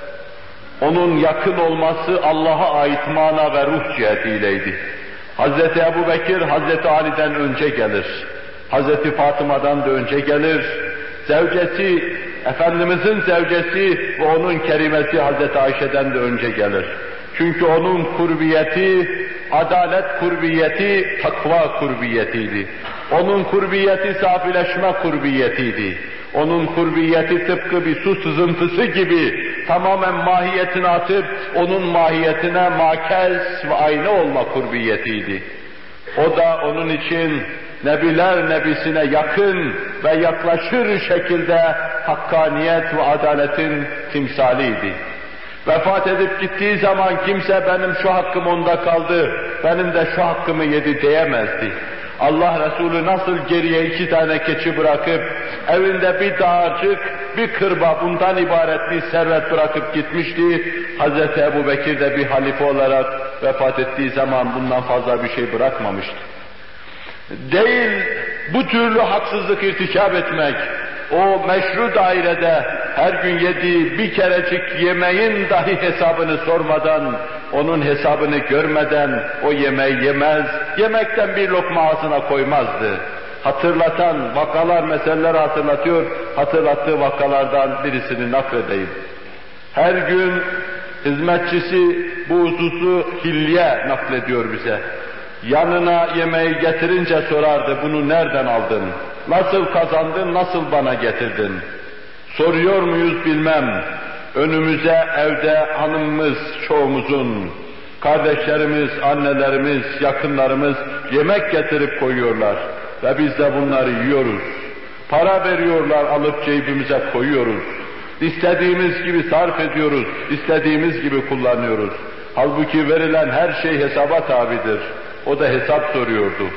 Onun yakın olması Allah'a ait mana ve ruh cihetiyleydi. Hazreti Ebu Bekir Hazreti Ali'den önce gelir. Hazreti Fatıma'dan da önce gelir. Zevcesi, Efendimizin zevcesi ve onun kerimesi Hazreti Ayşe'den de önce gelir. Çünkü onun kurbiyeti, adalet kurbiyeti, takva kurbiyetiydi. Onun kurbiyeti safileşme kurbiyetiydi. Onun kurbiyeti tıpkı bir su sızıntısı gibi tamamen mahiyetini atıp onun mahiyetine makez ve ayna olma kurbiyetiydi. O da onun için Nebiler Nebisine yakın ve yaklaşır şekilde hakkaniyet ve adaletin timsaliydi. Vefat edip gittiği zaman kimse benim şu hakkım onda kaldı, benim de şu hakkımı yedi diyemezdi. Allah Resulü nasıl geriye 2 tane keçi bırakıp, evinde bir dağarcık, bir kırba bundan ibaret bir servet bırakıp gitmişti, Hazreti Ebu Bekir de bir halife olarak vefat ettiği zaman bundan fazla bir şey bırakmamıştı. Değil, bu türlü haksızlık irtikap etmek, o meşru dairede her gün yediği bir kerecik yemeğin dahi hesabını sormadan, onun hesabını görmeden o yemeği yemez, yemekten bir lokma ağzına koymazdı. Hatırlatan vakalar, meseleleri hatırlatıyor, hatırlattığı vakalardan birisini nakledeyim. Her gün hizmetçisi bu hususu Hilye naklediyor bize. Yanına yemeği getirince sorardı, bunu nereden aldın? Nasıl kazandın, nasıl bana getirdin? Soruyor muyuz bilmem. Önümüze evde hanımımız, çoğumuzun, kardeşlerimiz, annelerimiz, yakınlarımız yemek getirip koyuyorlar. Ve biz de bunları yiyoruz. Para veriyorlar, alıp cebimize koyuyoruz. İstediğimiz gibi sarf ediyoruz, istediğimiz gibi kullanıyoruz. Halbuki verilen her şey hesaba tabidir. O da hesap soruyordu.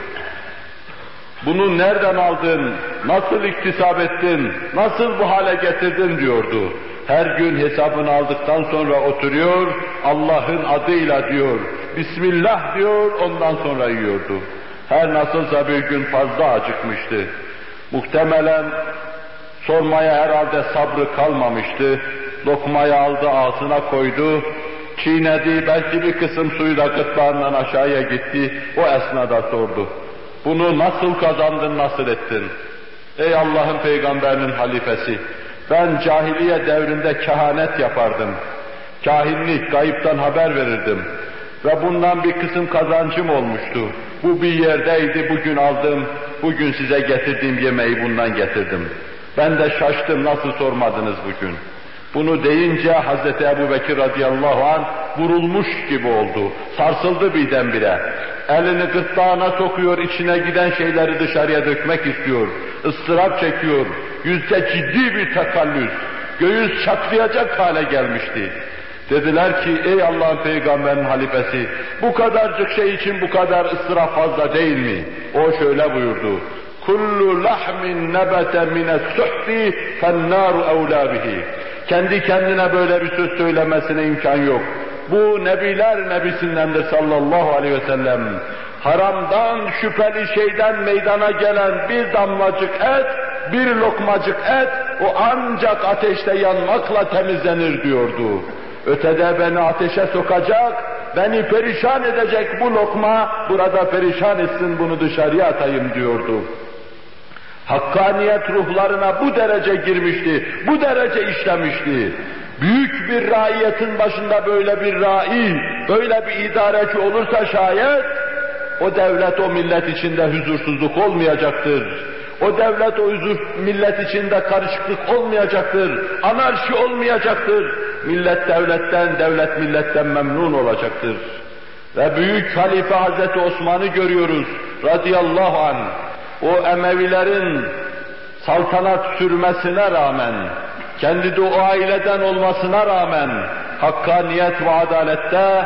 Bunu nereden aldın, nasıl iktisap ettin, nasıl bu hale getirdin diyordu. Her gün hesabını aldıktan sonra oturuyor, Allah'ın adıyla diyor, Bismillah diyor, ondan sonra yiyordu. Her nasılsa bir gün fazla acıkmıştı. Muhtemelen sormaya herhalde sabrı kalmamıştı. Lokmayı aldı, ağzına koydu, çiğnedi, belki bir kısım suyu da gırtlağından aşağıya gitti, o esnada sordu. Bunu nasıl kazandın, nasıl ettin? Ey Allah'ın peygamberinin halifesi, ben cahiliye devrinde kehanet yapardım. Kahinlik, gayipten haber verirdim. Ve bundan bir kısım kazancım olmuştu. Bu bir yerdeydi, bugün aldım, bugün size getirdiğim yemeği bundan getirdim. Ben de şaştım, nasıl sormadınız bugün? Bunu deyince Hazreti Ebubekir radıyallahu anh vurulmuş gibi oldu, sarsıldı birdenbire. Elini gırtlağına sokuyor, içine giden şeyleri dışarıya dökmek istiyor, ıstırap çekiyor, yüzde ciddi bir tekallüs, göğüs çatlayacak hale gelmişti. Dediler ki, ey Allah'ın peygamberinin halifesi, bu kadarcık şey için bu kadar ıstırap fazla değil mi? O şöyle buyurdu, kullu lahmin nebete mine's-suhti fennâru evlâ bihi. Kendi kendine böyle bir söz söylemesine imkan yok. Bu Nebiler Nebisindendir sallallahu aleyhi ve sellem. Haramdan, şüpheli şeyden meydana gelen bir damlacık et, bir lokmacık et, o ancak ateşte yanmakla temizlenir diyordu. Ötede beni ateşe sokacak, beni perişan edecek bu lokma, burada perişan etsin, bunu dışarıya atayım diyordu. Hakkaniyet ruhlarına bu derece girmişti, bu derece işlemişti. Büyük bir raiyetin başında böyle bir rai, böyle bir idareci olursa şayet, o devlet, o millet içinde huzursuzluk olmayacaktır. O devlet, o millet içinde karışıklık olmayacaktır. Anarşi olmayacaktır. Millet devletten, devlet milletten memnun olacaktır. Ve büyük halife Hazreti Osman'ı görüyoruz radıyallahu anh. O Emevilerin saltanat sürmesine rağmen, kendi de o aileden olmasına rağmen, hakkaniyet ve adalette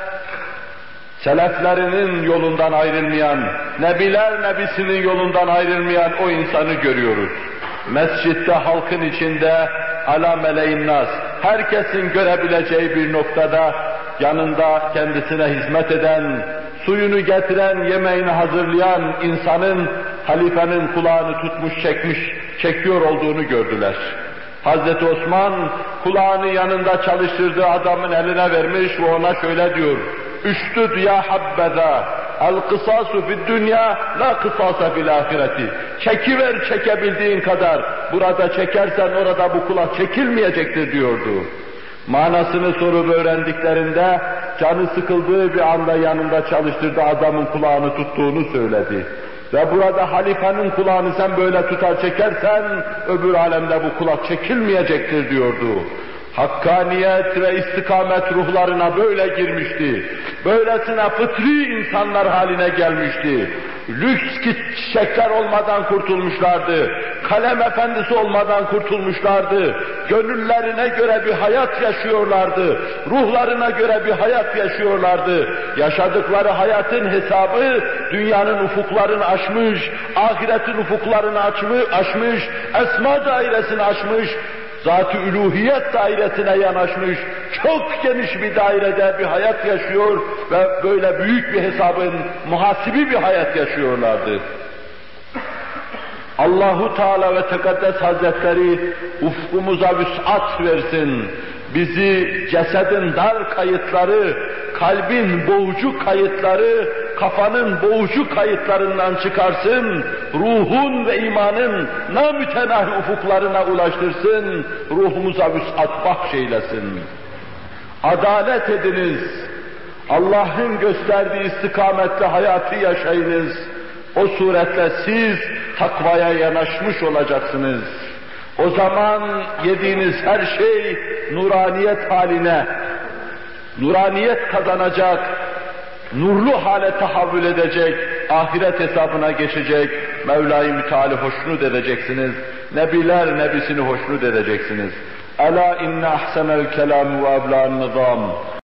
seleflerinin yolundan ayrılmayan, Nebiler Nebisi'nin yolundan ayrılmayan o insanı görüyoruz. Mescitte, halkın içinde, ala meleğin nas, herkesin görebileceği bir noktada, yanında kendisine hizmet eden, suyunu getiren, yemeğini hazırlayan insanın, halifenin kulağını tutmuş, çekiyor olduğunu gördüler. Hazreti Osman, kulağını yanında çalıştırdığı adamın eline vermiş ve ona şöyle diyor, "Üştüd ya habbeza, el-kısasu fid-dünya, la kısasa fil-ahireti." Çekiver çekebildiğin kadar, burada çekersen orada bu kulak çekilmeyecektir diyordu. Manasını sorup öğrendiklerinde, canı sıkıldığı bir anda yanında çalıştırdığı adamın kulağını tuttuğunu söyledi. Ve burada halifenin kulağını sen böyle tutar çekersen, öbür alemde bu kulak çekilmeyecektir diyordu. Hakkaniyet ve istikamet ruhlarına böyle girmişti. Böylesine fıtri insanlar haline gelmişti. Lüks çiçekler olmadan kurtulmuşlardı. Kalem efendisi olmadan kurtulmuşlardı. Gönüllerine göre bir hayat yaşıyorlardı. Ruhlarına göre bir hayat yaşıyorlardı. Yaşadıkları hayatın hesabı dünyanın ufuklarını aşmış, ahiretin ufuklarını aşmış, esma dairesini aşmış, zat-ı üluhiyet dairesine yanaşmış, çok geniş bir dairede bir hayat yaşıyor ve böyle büyük bir hesabın muhasibi bir hayat yaşıyorlardı. Allahu Teala ve Tekaddes Hazretleri ufkumuza vüs'at versin. Bizi cesedin dar kayıtları, kalbin boğucu kayıtları, kafanın boğucu kayıtlarından çıkarsın, ruhun ve imanın namütenahi ufuklarına ulaştırsın, ruhumuza vüs'at bahşeylesin. Adalet ediniz, Allah'ın gösterdiği istikametle hayatı yaşayınız, o suretle siz takvaya yanaşmış olacaksınız. O zaman yediğiniz her şey nuraniyet haline, nuraniyet kazanacak, nurlu hale tahavvül edecek, ahiret hesabına geçecek, Mevla-i Müteal'i hoşnut edeceksiniz, Nebiler Nebisini hoşnut edeceksiniz. Ela inne ahsenel kelam ve ebla'n nizam.